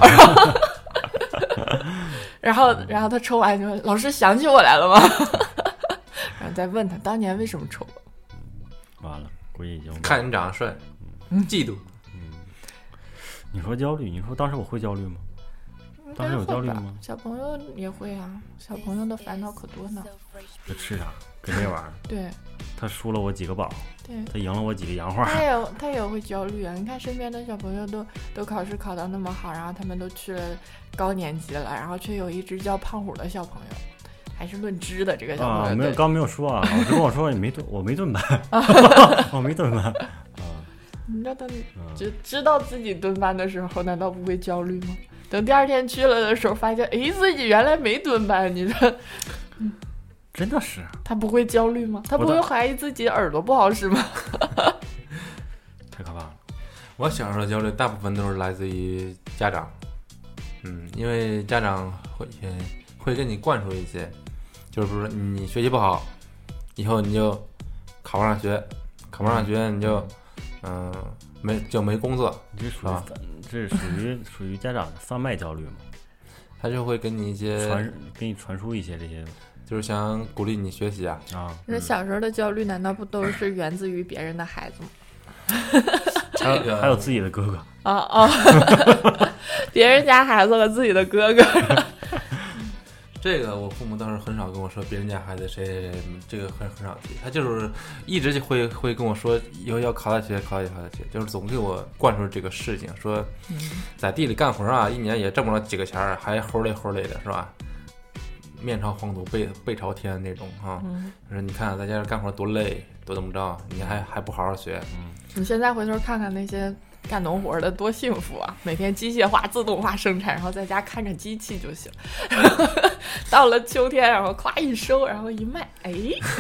然后然后他抽完就说老师想起我来了吗？然后再问他当年为什么抽我？ 完了，估计已经看你长得帅，嫉妒。 嗯，你说焦虑，你说当时我会焦虑吗？当时有焦虑吗？ 小朋友也会啊，小朋友的烦恼可多呢。 他吃啥？跟这玩意儿。 对。 他输了我几个宝， 对， 他赢了我几个洋画。 他也他也会焦虑啊！你看身边的小朋友都都考试考到那么好，然后他们都去了高年级了，然后却有一只叫胖虎的小朋友，还是论只的这个小朋友。 啊，没有，刚没有说啊，老师跟我说你没蹲，我没蹲班，我没蹲班。啊， 你知道他知知道自己蹲班的时候，难道不会焦虑吗？等第二天去了的时候，发现哎自己原来没蹲班，你说。嗯真的是， 他不会焦虑吗？他不会怀疑自己耳朵不好使吗？ 太可怕了！ 我小时候焦虑大部分都是来自于家长，嗯，因为家长会会跟你灌输一些，就是说你学习不好，以后你就考不上学，考不上学你就嗯、呃、没就没工作， 这属于这属于属于家长的贩卖焦虑吗？ 他就会给你一些传给你传输一些这些。 就是想鼓励你学习啊啊！ 那小时候的焦虑难道不都是源自于别人的孩子吗？ 还有还有自己的哥哥啊啊！别人家孩子和自己的哥哥。 这个我父母倒是很少跟我说别人家孩子谁谁谁，这个很很少提。他就是一直就会会跟我说以后要考大学，考大学，考大学，就是总给我灌输这个事情，说在地里干活啊，一年也挣不了几个钱儿，还齁累齁累的，是吧？面朝黄土背背朝天那种哈，嗯、就是你看在家干活多累多怎么着，你还还不好好学。 嗯， 你现在回头看看那些干农活的多幸福啊！每天机械化、自动化生产，然后在家看着机器就行。到了秋天，然后咵一收，然后一卖，哎，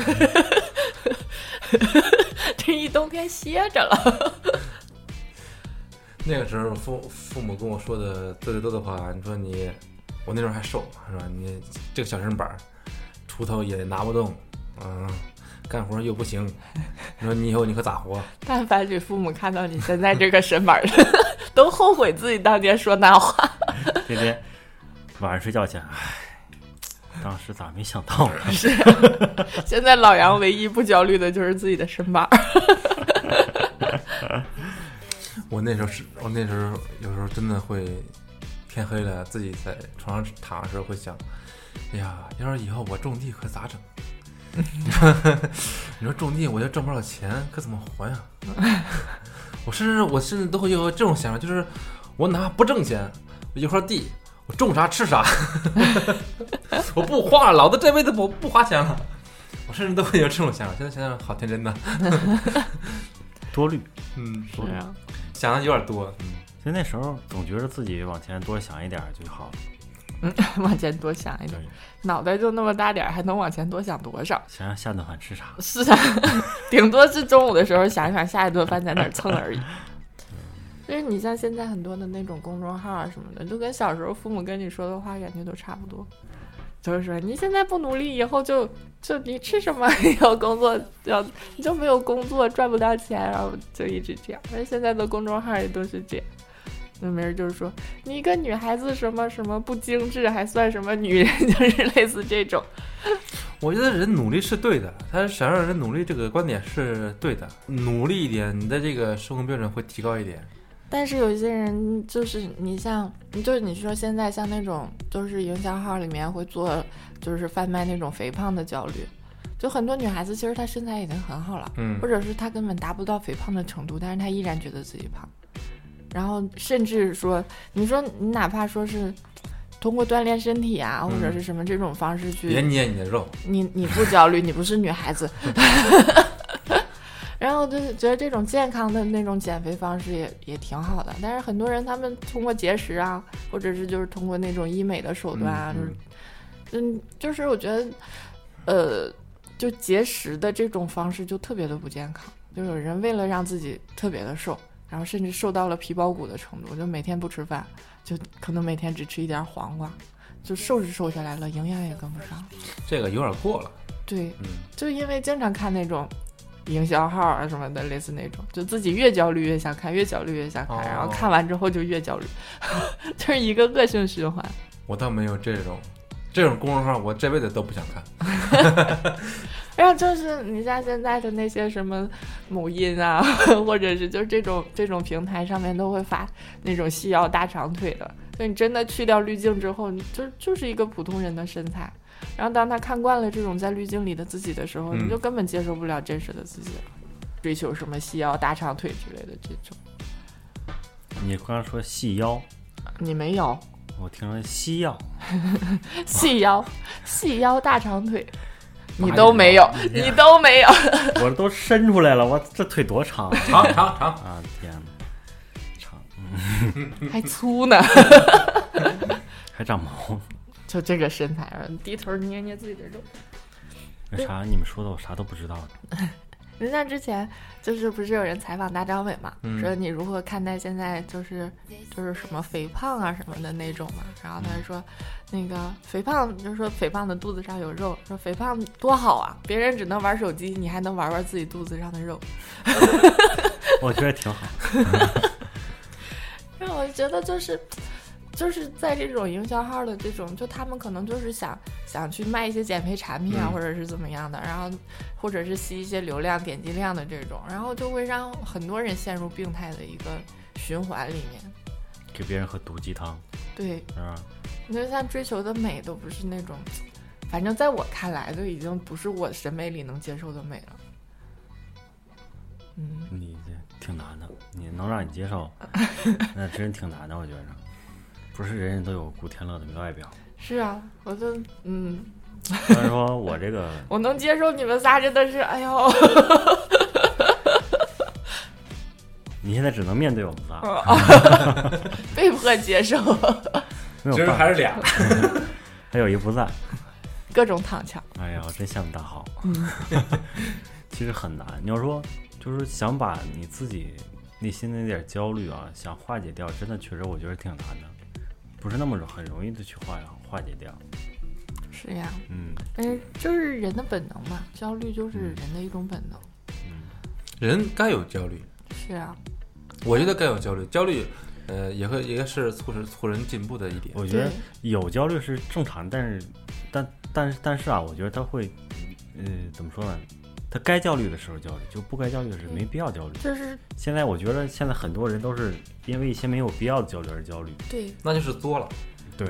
这一冬天歇着了。 那个时候父父母跟我说的最最多的话，你说你，我那时候还瘦，是吧？你这个小身板，锄头也拿不动，嗯。干活又不行，你说你以后你可咋活？ 但凡你父母看到你现在这个身板都后悔自己当年说那话。 天天晚上睡觉前，唉，当时咋没想到呢？ 是，现在老杨唯一不焦虑的就是自己的身板。 我那时候是，我那时候有时候真的会天黑了，自己在床上躺的时候会想，哎呀，要是以后我种地可咋整？你说种地我就挣不少钱，可怎么活呀？我甚至我甚至都会有这种想法，就是我哪怕不挣钱，我一块地我种啥吃啥，我不花了，老子这辈子我不花钱了。我甚至都会有这种想法，现在想想好天真的。 多虑， 嗯， 是啊， 想的有点多。嗯， 所以那时候总觉得自己往前多想一点就好了。 嗯，往前多想一点，脑袋就那么大点，还能往前多想多少？ 想想下顿饭吃啥？ 是啊，顶多是中午的时候想想下一顿饭在哪儿蹭而已。就是你像现在很多的那种公众号啊什么的，就跟小时候父母跟你说的话感觉都差不多，就是说你现在不努力，以后就就你吃什么要工作，要你就没有工作赚不到钱，然后就一直这样。而现在的公众号也都是这样。那没人就是说你一个女孩子什么什么不精致还算什么女人，就是类似这种。 我觉得人努力是对的，他想让人努力这个观点是对的，努力一点，你的这个生活标准会提高一点。 但是有些人就是你像就是你说现在像那种就是营销号里面会做就是贩卖那种肥胖的焦虑，就很多女孩子其实她身材已经很好了， 嗯， 或者是她根本达不到肥胖的程度，但是她依然觉得自己胖。然后甚至说你说你哪怕说是通过锻炼身体啊、嗯、或者是什么这种方式去别捏你的肉， 你你不焦虑，你不是女孩子。然后就是觉得这种健康的那种减肥方式也也挺好的，但是很多人他们通过节食啊，或者是就是通过那种医美的手段啊， 嗯就是嗯，就是我觉得呃，就节食的这种方式就特别的不健康，就有人为了让自己特别的瘦，然后甚至瘦到了皮包骨的程度，就每天不吃饭，就可能每天只吃一点黄瓜，就瘦是瘦下来了，营养也跟不上， 这个有点过了。 对， 嗯， 就因为经常看那种营销号啊什么的，类似那种，就自己越焦虑越想看，越焦虑越想看， 哦、 然后看完之后就越焦虑，就是一个恶性循环。 我倒没有这种这种公众号，我这辈子都不想看。 然后就是你像现在的那些什么某音啊，或者是就是这种这种平台上面都会发那种细腰大长腿的，所以你真的去掉滤镜之后，你就就是一个普通人的身材。然后当他看惯了这种在滤镜里的自己的时候， 嗯、 你就根本接受不了真实的自己了，追求什么细腰大长腿之类的这种。 你刚刚说细腰， 你没有？ 我听说西药。 细腰细腰大长腿你都没有，你都没有。 我都伸出来了，我这腿多长啊？ 长长长啊！天哪，长， 嗯、还粗呢， 还长毛。 就这个身材，低头捏捏自己的肉。 为啥你们说的我啥都不知道呢？ 你像之前就是不是有人采访大张伟嘛、 嗯， 说你如何看待现在就是就是什么肥胖啊什么的那种嘛，然后他就说、嗯、那个肥胖就是说肥胖的肚子上有肉，说肥胖多好啊，别人只能玩手机，你还能玩玩自己肚子上的肉。 我觉得挺好。 然后我觉得就是就是在这种营销号的这种，就他们可能就是想想去卖一些减肥产品啊、嗯，或者是怎么样的，然后或者是吸一些流量点击量的这种，然后就会让很多人陷入病态的一个循环里面， 给别人喝毒鸡汤。 对， 是吧？ 你就像追求的美都不是那种，反正在我看来就已经不是我审美里能接受的美了。嗯， 你这挺难的，你能让你接受，那真挺难的，我觉得。不是人人都有古天乐的外表。 是啊，我就嗯。 虽然说我这个， 我能接受你们仨真的是，哎呦。 你你现在只能面对我们仨， 哦、被迫接受。 没有其实还是俩， 还有一不在， 各种躺枪。 哎呀，真羡慕大豪。 嗯， 其实很难。你要说，就是想把你自己内心的那点焦虑啊，想化解掉，真的确实我觉得挺难的，不是那么很容易的去化化解掉。 是呀， 嗯， 但是就是人的本能嘛，焦虑就是人的一种本能。 嗯， 人该有焦虑。 是啊， 我觉得该有焦虑，焦虑，呃，也会也是促使促人进步的一点。 我觉得有焦虑是正常，但是，但但是但是啊，我觉得他会，呃，怎么说呢？他该焦虑的时候焦虑，就不该焦虑的时候没必要焦虑。 就是现在我觉得现在很多人都是因为一些没有必要的焦虑而焦虑。 对， 那就是作了。 对。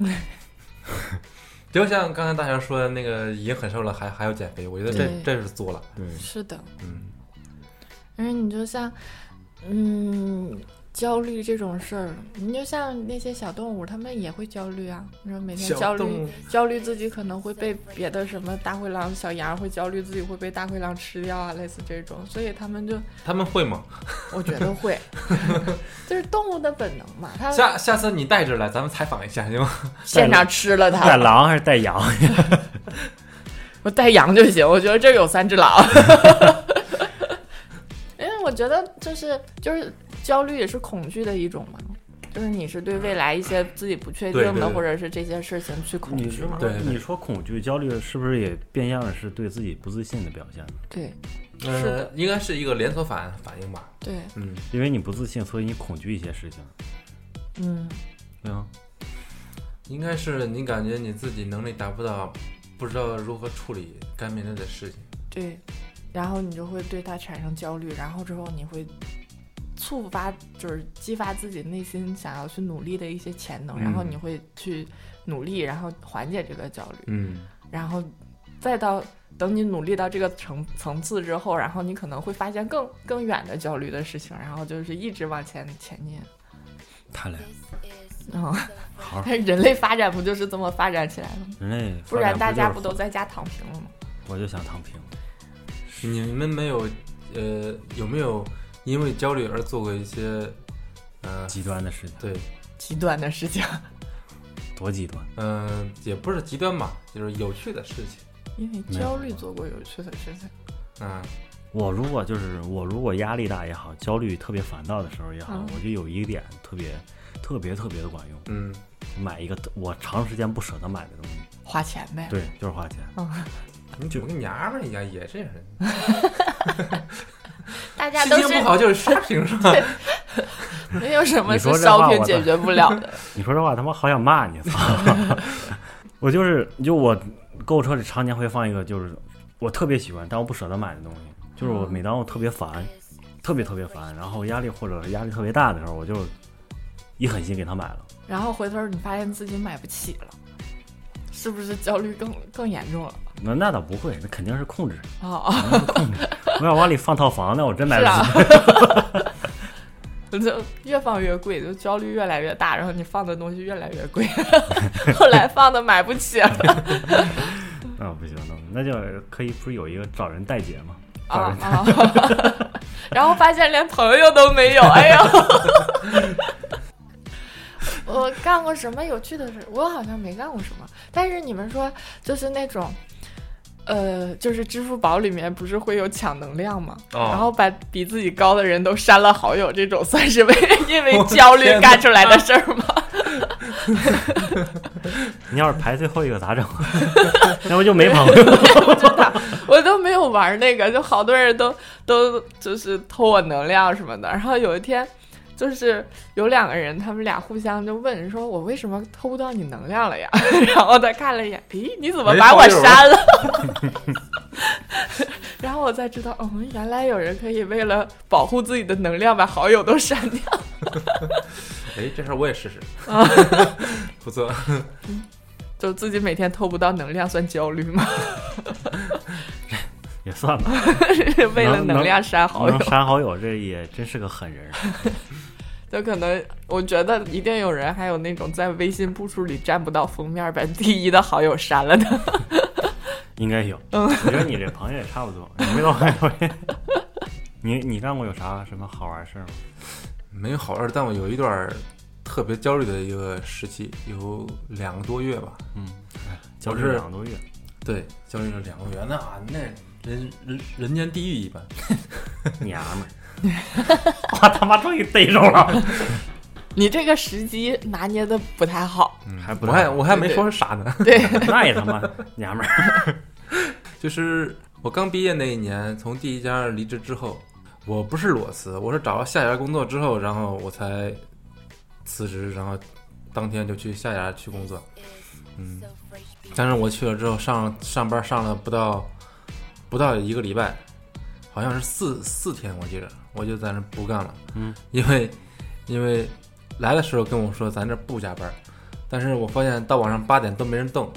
就像刚才大侠说的那个，已经很瘦了，还还要减肥，我觉得这这是作了。 对， 是的， 嗯。 而你就像，嗯，焦虑这种事儿，你就像那些小动物，它们也会焦虑啊。你说每天焦虑，焦虑自己可能会被别的什么大灰狼、小羊会焦虑自己会被大灰狼吃掉啊，类似这种，所以他们就他们会吗？ 我觉得会，就是动物的本能嘛。它下下次你带着来，咱们采访一下行吗？ 现场吃了它。 带狼还是带羊？ 我带羊就行，我觉得这有三只狼。因为我觉得就是就是焦虑也是恐惧的一种嘛，就是你是对未来一些自己不确定的， 对对对， 或者是这些事情去恐惧嘛。 对，你说恐惧、焦虑是不是也变相的是对自己不自信的表现？ 对， 呃、 是的， 应该是一个连锁反反应吧。 对， 嗯， 因为你不自信，所以你恐惧一些事情。 嗯， 对啊， 应该是你感觉你自己能力达不到，不知道如何处理该面对的事情。 对，然后你就会对它产生焦虑，然后之后你会触发，就是激发自己内心想要去努力的一些潜能， 嗯、 然后你会去努力，然后缓解这个焦虑。 嗯， 然后再到等你努力到这个层层次之后，然后你可能会发现更更远的焦虑的事情，然后就是一直往前前进。 太累了。 嗯， 好， 但是人类发展不就是这么发展起来的吗？ 人类不然大家不都在家躺平了吗？ 我就想躺平。 你们没有呃有没有因为焦虑而做过一些呃极端的事情？ 对， 极端的事情。 多极端？ 嗯、呃，也不是极端吧，就是有趣的事情。 因为焦虑做过有趣的事情。 啊、嗯， 我如果就是我如果压力大也好，焦虑特别烦躁的时候也好， 嗯、 我就有一点特别特别特别的管用。 嗯， 买一个我长时间不舍得买的东西， 花钱呗。 对，就是花钱。 嗯， 你怎么跟娘们儿一样也这样？ 大家都是心情不好就是 shopping 是吧？ 没有什么是烧瓶解决不了的。 你说这话他妈好想骂你！操！我就是就我购物车里常年会放一个，就是我特别喜欢但我不舍得买的东西，就是我每当我特别烦、嗯、特别特别烦，然后压力或者压力特别大的时候，我就一狠心给他买了。 然后回头你发现自己买不起了，是不是焦虑更更严重了？ 那那倒不会，那肯定是控制。 哦， 控制。我要往里放套房呢，我真买不起。 我就越放越贵，就焦虑越来越大，然后你放的东西越来越贵，后来放的买不起了。 那、哦、不行，那就可以不是有一个找人代结吗？ 啊啊！然后发现连朋友都没有，哎呦！我干过什么有趣的事？我好像没干过什么。但是你们说，就是那种。呃，就是支付宝里面不是会有抢能量吗？哦、然后把比自己高的人都删了好友，这种算是为因为焦虑干出来的事儿吗？ 你要是排最后一个咋整？那不就没朋友？ 我不知道，我都没有玩那个，就好多人都都就是偷我能量什么的。然后有一天。就是有两个人，他们俩互相就问说：“我为什么偷不到你能量了呀？”然后他看了一眼，咦，你怎么把我删了？然后我才知道，哦，原来有人可以为了保护自己的能量把好友都删掉。 哎，这事儿我也试试啊， 不错。 就自己每天偷不到能量，算焦虑吗？ 也算吧。 为了能量删好友， 能删好友，这也真是个狠人。 就可能我觉得一定有人还有那种在微信步数里占不到封面把第一的好友删了的。 应该有。嗯，我觉得你这朋友也差不多，你没到朋友。 你你干过有啥什么好玩事儿吗？ 没有好玩，但我有一段特别焦虑的一个时期，有两个多月吧。 嗯，焦虑两个多月。 对，焦虑了两个月，那那人人人间地狱一般。 娘们儿，我他妈终于逮着了。 你这个时机拿捏的不太好， 嗯， 还不我还我还没说是啥呢。 对， 那也他妈娘们儿。 就是我刚毕业那一年，从第一家离职之后，我不是裸辞，我是找到下家工作之后，然后我才辞职，然后当天就去下家去工作。嗯，但是我去了之后上上班上了不到不到一个礼拜，好像是四四天，我记着，我就在那不干了。 嗯， 因为因为来的时候跟我说咱这不加班，但是我发现到晚上八点都没人动。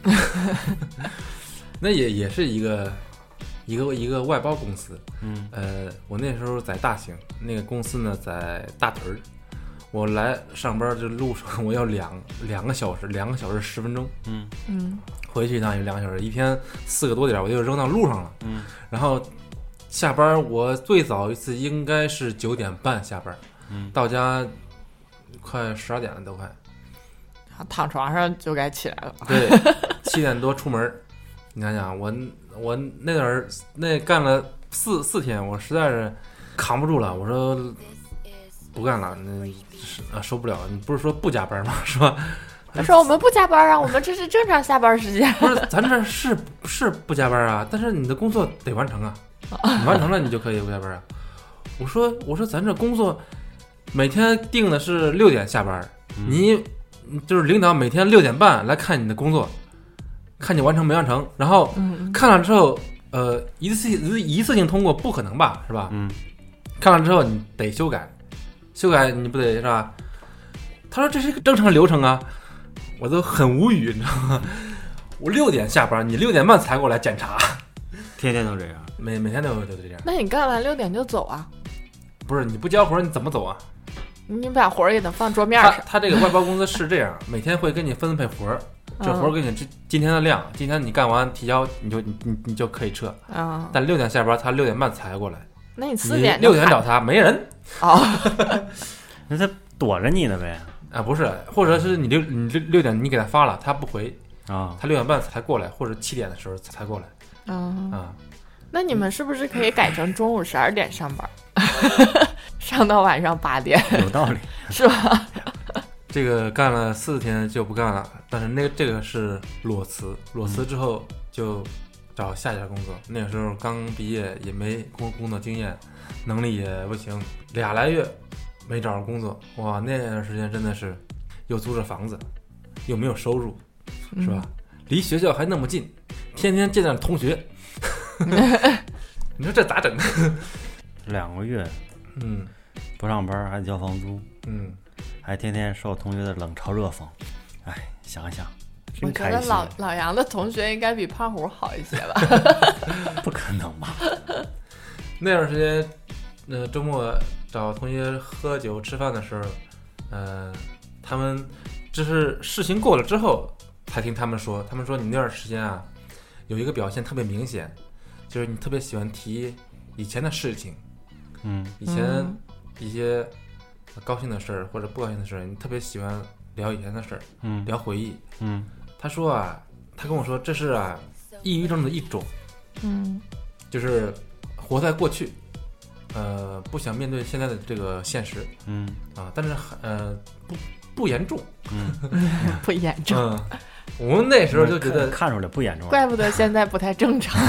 那也也是一个一个一个外包公司。 嗯， 呃，我那时候在大兴，那个公司呢在大屯儿。我来上班这路上我要两两个小时，两个小时十分钟。 嗯嗯， 回去一趟有两个小时，一天四个多点我就扔到路上了。 嗯， 然后下班我最早一次应该是九点半下班。 嗯， 到家快十二点了都快。 躺床上就该起来了。 对，七点多出门。你想想，我我那点儿那干了四四天，我实在是扛不住了。我说不干了，那是啊受不了。你不是说不加班吗？是吧？ 他说我们不加班啊，我们这是正常下班时间。 不是，咱这是是不加班啊，但是你的工作得完成啊，你完成了你就可以不加班啊。我说我说咱这工作每天定的是六点下班， 嗯、 你就是领导每天六点半来看你的工作。看你完成没完成，然后看了之后，呃，一次一次性通过不可能吧，是吧？ 嗯。 看了之后你得修改，修改你不得是吧？他说这是一个正常流程啊，我都很无语，你知道吗？我六点下班，你六点半才过来检查， 天天都这样， 每每天都都这样。 那你干完六点就走啊？ 不是，你不交活你怎么走啊？ 你把活儿给他放桌面上。 他他这个外包公司是这样，每天会给你分配活儿。这活儿给你今天的量，今天你干完提交，你就你你你就可以撤。 啊、嗯！ 但六点下班，他六点半才过来。 那你四点六点找他没人哦， 那他躲着你呢呗？ 啊，不是，或者是你六你六六点你给他发了，他不回啊， 他六点半才过来，或者七点的时候才过来。 嗯啊， 那你们是不是可以改成中午十二点上班，上到晚上八点？ 有道理， 是吧？ 这个干了四天就不干了，但是那个这个是裸辞，裸辞之后就找下家工作。嗯、那个时候刚毕业，也没工工作经验，能力也不行，俩来月没找着工作。哇，那段时间真的是又租着房子，又没有收入，是吧？嗯、离学校还那么近，天天见到同学，你说这咋整？ 两个月， 嗯， 不上班还交房租， 嗯。 还天天受同学的冷嘲热讽，哎，想一想， 我觉得老老杨的同学应该比胖虎好一些吧？ 不可能吧？ 那段时间，呃，周末找同学喝酒吃饭的时候，呃，他们就是事情过了之后，才听他们说，他们说你那段时间啊，有一个表现特别明显，就是你特别喜欢提以前的事情， 嗯， 以前一些。高兴的事儿或者不高兴的事儿，你特别喜欢聊以前的事儿， 嗯， 聊回忆， 嗯。 他说啊，他跟我说这是啊，抑郁症的一种， 嗯， 就是活在过去，呃，不想面对现在的这个现实， 嗯啊，但是呃不不严重， 嗯， 不严重， 嗯，我们那时候就觉得看出来不严重， 怪不得现在不太正常。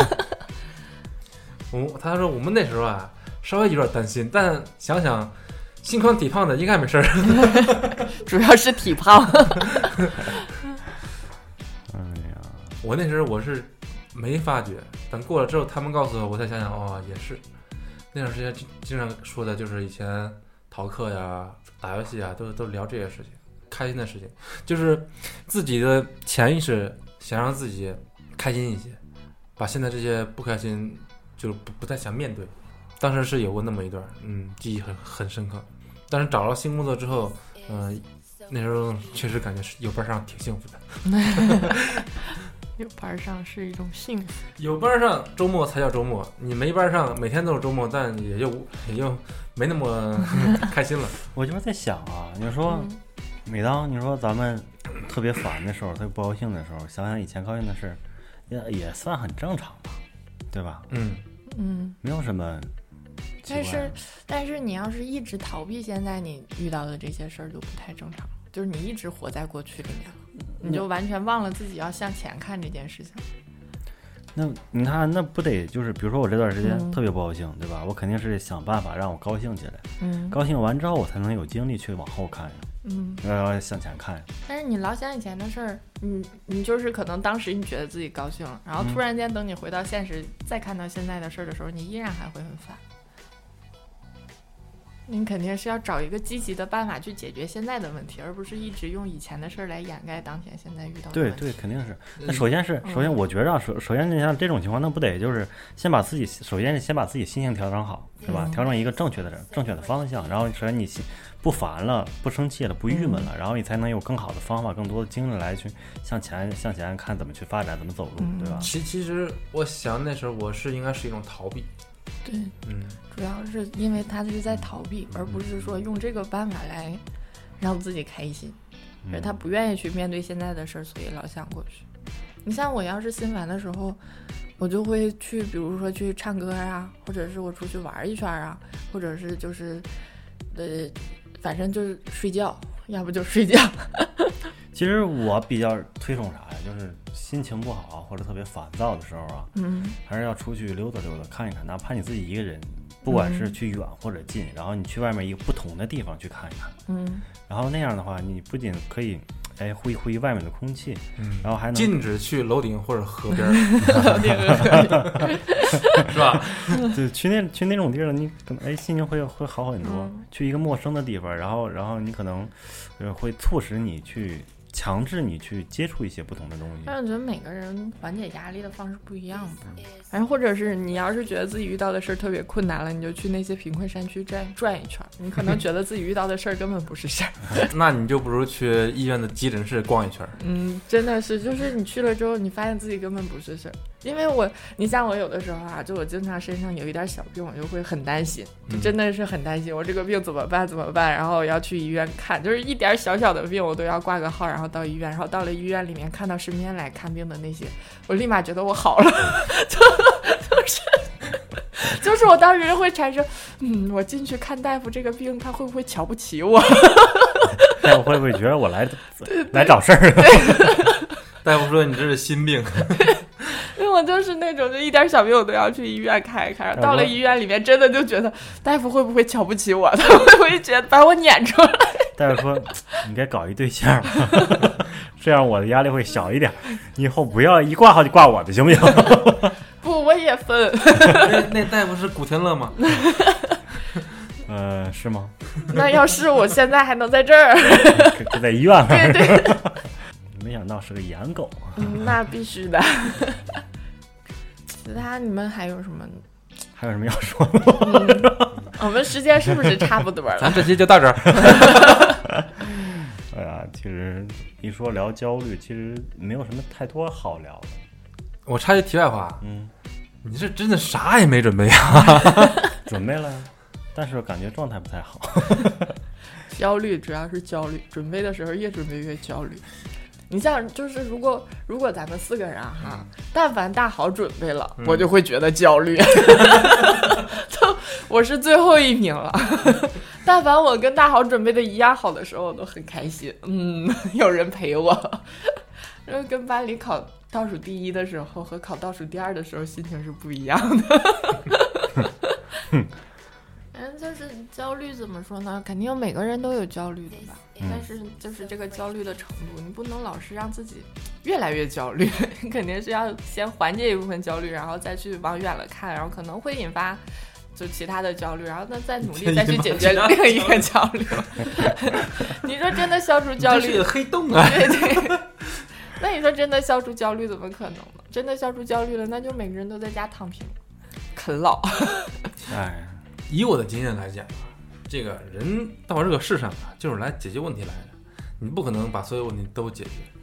我他说我们那时候啊，稍微有点担心，但想想。心宽体胖的应该没事儿， 主要是体胖。 哎呀， 我那时候我是没发觉，等过了之后，他们告诉我，我才想想，哦，也是。那段时间经常说的就是以前逃课呀、打游戏啊，都都聊这些事情，开心的事情，就是自己的潜意识想让自己开心一些，把现在这些不开心就不不太想面对。当时是有过那么一段，嗯，记忆很很深刻。但是找到新工作之后，嗯、呃，那时候确实感觉是有班上挺幸福的。 有班上是一种幸福， 有班上周末才叫周末，你没班上每天都是周末，但也就也就没那么开心了。 我就是在想啊，你说、嗯、每当你说咱们特别烦的时候，特别不高兴的时候，想想以前高兴的事，也也算很正常吧，对吧？ 嗯嗯， 没有什么。 但是但是你要是一直逃避现在你遇到的这些事儿，就不太正常，就是你一直活在过去里面了，你就完全忘了自己要向前看这件事情。 那你看，那不得就是比如说我这段时间特别不高兴、嗯、对吧，我肯定是想办法让我高兴起来，嗯，高兴完之后我才能有精力去往后看，嗯，要向前看。 但是你老想以前的事儿，你你就是可能当时你觉得自己高兴了，然后突然间等你回到现实、嗯、再看到现在的事儿的时候，你依然还会很烦。你肯定是要找一个积极的办法去解决现在的问题，而不是一直用以前的事儿来掩盖当前现在遇到的问题。 对对，肯定是。那首先是，首先我觉着，首首先你像这种情况，那不得就是先把自己，首先是先把自己心情调整好，是吧？嗯、调整一个正确的、正确的方向，然后首先你不烦了、不生气了、不郁闷了，嗯、然后你才能有更好的方法、更多的精力来去向前、向前看怎么去发展、怎么走路，嗯、对吧？ 其其实我想那时候我是应该是一种逃避。 对，嗯，主要是因为他是在逃避，而不是说用这个办法来让自己开心，而他不愿意去面对现在的事儿，所以老想过去。你像我要是心烦的时候，我就会去，比如说去唱歌啊，或者是我出去玩一圈啊，或者是就是呃，反正就是睡觉，要不就睡觉。 其实我比较推崇啥呀，就是心情不好或者特别烦躁的时候啊，嗯，还是要出去溜达溜达看一看，哪怕你自己一个人，不管是去远或者近，嗯、然后你去外面一个不同的地方去看一看，嗯，然后那样的话，你不仅可以哎呼一呼一外面的空气，嗯，然后还能禁止去楼顶或者河边， 楼顶是吧？ 就去那去那种地儿，你可能哎心情会会好很多。嗯、去一个陌生的地方，然后然后你可能呃会促使你去。强制你去接触一些不同的东西， 但我觉得每个人缓解压力的方式不一样吧。反正或者是你要是觉得自己遇到的事儿特别困难了，你就去那些贫困山区转转一圈，你可能觉得自己遇到的事儿根本不是事儿。 那你就不如去医院的急诊室逛一圈。 嗯，真的是，就是你去了之后，你发现自己根本不是事儿。因为我，你像我有的时候啊，就我经常身上有一点小病，我就会很担心，就真的是很担心，我这个病怎么办怎么办，然后我要去医院看，就是一点小小的病我都要挂个号，然后到医院，然后到了医院里面看到身边来看病的那些，我立马觉得我好了，就就是就是我当时会产生，嗯，我进去看大夫这个病，他会不会瞧不起我？ 大夫会不会觉得我来来找事儿？ 大夫说你这是心病。 因为我就是那种就一点小病我都要去医院看一看，到了医院里面真的就觉得大夫会不会瞧不起我，他会不会觉得把我撵出来？ 大夫说你该搞一对象，这样我的压力会小一点，你以后不要一挂号就挂我的，行不行？ 不，我也分。 那, 那大夫是古天乐吗？ 呃，是吗？ 那要是我现在还能在这儿， 就在医院了。 对对。 没想到是个颜狗。 嗯，那必须的。其他你们还有什么？ 还有什么要说的？ 嗯、我们时间是不是差不多了？ 咱这期就到这儿。 哎呀，其实一说聊焦虑，其实没有什么太多好聊的。 我插句题外话，嗯，你这真的啥也没准备啊？ 准备了，但是感觉状态不太好。 焦虑主要是焦虑，准备的时候越准备越焦虑。你像就是如果如果咱们四个人哈、嗯，但凡大好准备了、嗯，我就会觉得焦虑。就我是最后一名了。但凡我跟大好准备的一样好的时候，我都很开心。嗯，有人陪我。然后跟班里考倒数第一的时候和考倒数第二的时候心情是不一样的。嗯，就是焦虑怎么说呢？肯定每个人都有焦虑的吧、嗯、但是就是这个焦虑的程度，你不能老是让自己越来越焦虑，你肯定是要先缓解一部分焦虑，然后再去往远了看，然后可能会引发就其他的焦虑，然后呢再努力再去解决另一个焦虑。你说真的消除焦虑， 这是个黑洞啊！ 对对。那你说真的消除焦虑怎么可能呢？真的消除焦虑了，那就每个人都在家躺平啃老。 哎。 以我的经验来讲啊，这个人到这个世上啊，就是来解决问题来的。你不可能把所有问题都解决，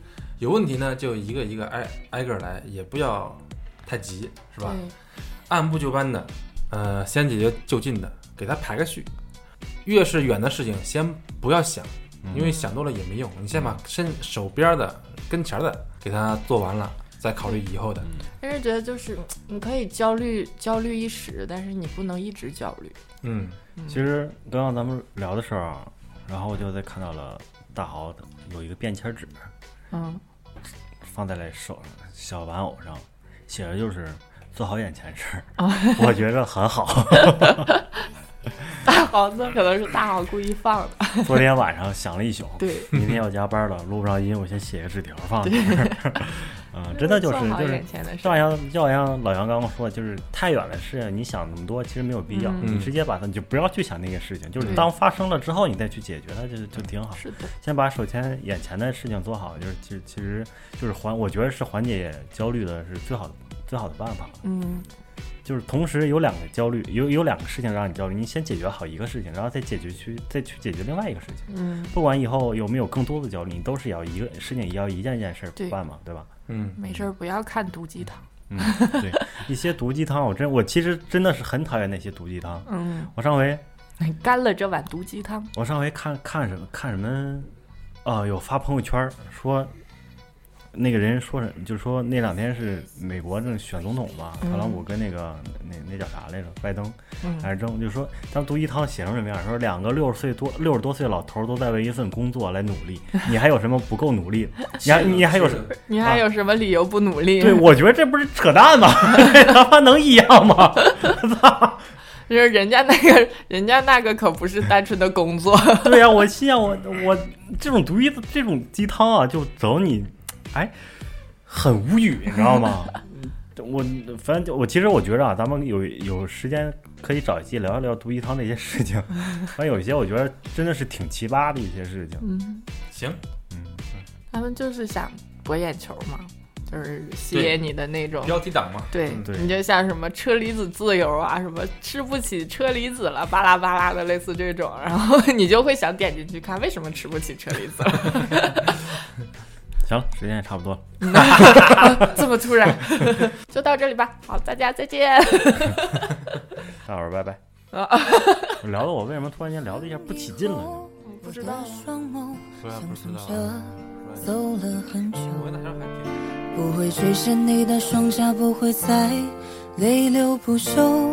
有问题呢就一个一个挨挨个来，也不要太急，是吧？按部就班的，呃，先解决就近的，给他排个序。越是远的事情，先不要想，因为想多了也没用。你先把身手边的、跟前的给他做完了，再考虑以后的。 但是觉得就是你可以焦虑焦虑一时，但是你不能一直焦虑。 嗯， 其实刚刚咱们聊的时候，然后我就在看到了大豪有一个便签纸， 嗯， 放在了手小玩偶上，写的就是做好眼前事儿，我觉着很好。 大豪那可能是大豪故意放的。 昨天晚上想了一宿， 对， 明天要加班了，录不上音，我先写个纸条放这儿。嗯，真的就是就是就好像就好像老杨刚刚说的，就是太远的事情，你想那么多其实没有必要， 嗯、 你直接把它，你就不要去想那个事情，就是当发生了之后你再去解决它，就就挺好。 是的， 先把手前眼前的事情做好，就是其实其实就是缓，我觉得是缓解焦虑的是最好的最好的办法。 嗯。 就是同时有两个焦虑，有有两个事情让你焦虑，你先解决好一个事情，然后再解决去再去解决另外一个事情。 嗯， 不管以后有没有更多的焦虑，你都是要一个事情也要一件一件事办嘛， 对, 对吧？ 嗯， 没事不要看毒鸡汤。 嗯，对，一些毒鸡汤，我真我其实真的是很讨厌那些毒鸡汤。 嗯， 我上回干了这碗毒鸡汤。 我上回看看什么看什么，啊，有发朋友圈说。那个人说是，就是说那两天是美国正选总统嘛，特朗普跟那个那那叫啥来着，拜登还是争，就是说他毒鸡汤写成什么样，说两个六十岁多六十多岁的老头都在为一份工作来努力，你还有什么不够努力？你还你还有什么？ 你还有什么理由不努力？ 对，我觉得这不是扯淡吗？他妈能一样吗？操！ 就是人家那个，人家那个可不是单纯的工作。 对呀、啊，我心想我我这种毒这种鸡汤啊，就走你。哎，很无语，你知道吗？我反正我其实我觉得啊，咱们有有时间可以找一期聊一聊毒鸡汤那些事情。反正有一些我觉得真的是挺奇葩的一些事情。 嗯， 行， 嗯， 他们就是想博眼球嘛，就是吸引你的那种标题党嘛。 对， 嗯、对， 你就像什么车厘子自由啊，什么吃不起车厘子了，巴拉巴拉的，类似这种，然后你就会想点进去看，为什么吃不起车厘子了。 行了，时间也差不多了。 这么突然，就到这里吧。好，大家再见。 大伙儿拜拜。聊的我为什么突然间聊的一下不起劲了呢？ 不知道。 不要不知道。 走了很久，不会垂涎你的双颊，不会再泪流不休。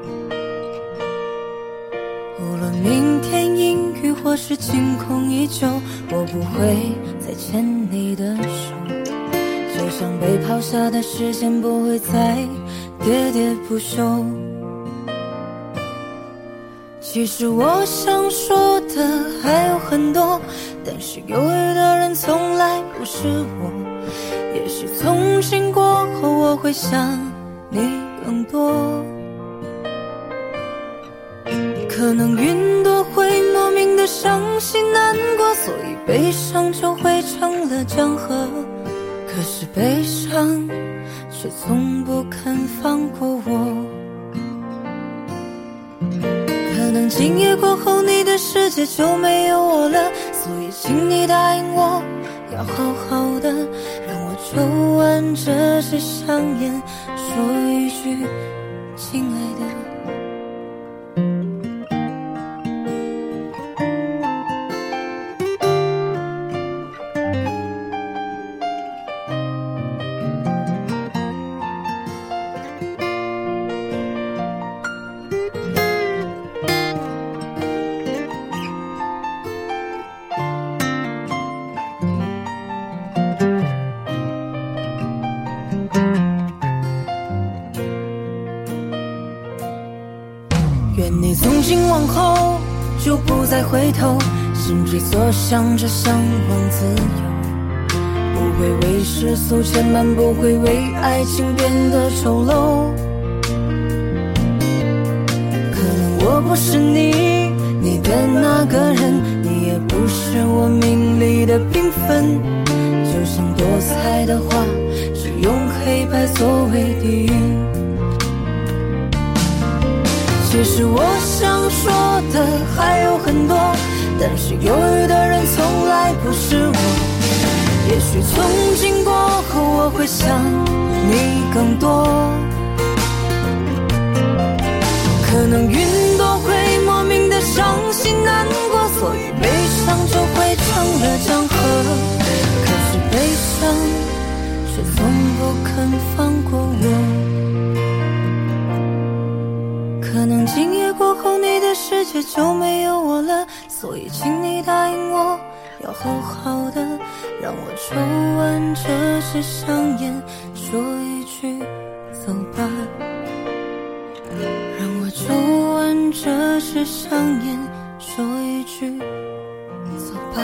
无论明天阴雨或是晴空依旧，我不会再牵你的手，就像被抛下的视线不会再喋喋不休。其实我想说的还有很多，但是犹豫的人从来不是我，也许从今过后我会想你更多。可能云朵会莫名的伤心难过，所以悲伤就会成了江河，可是悲伤却从不肯放过我。可能今夜过后你的世界就没有我了，所以请你答应我要好好的，让我抽完这支香烟说一句亲爱的。愿你从今往后就不再回头，心之所向着向往自由，不会为世俗牵绊，不会为爱情变得丑陋。可能我不是你你的那个人，你也不是我命里的缤纷，就像多彩的花是用黑白作为底蕴。其实我想说的还有很多，但是犹豫的人从来不是我， 也许从今过后我会想你更多，可能云朵会莫名的伤心难过，所以悲伤就会成了江河，可是悲伤却从不肯放过我。可能今夜过后你的世界就没有我了，所以请你答应我要好好的，让我抽完这支香烟，说一句走吧，让我抽完这支香烟，说一句走吧。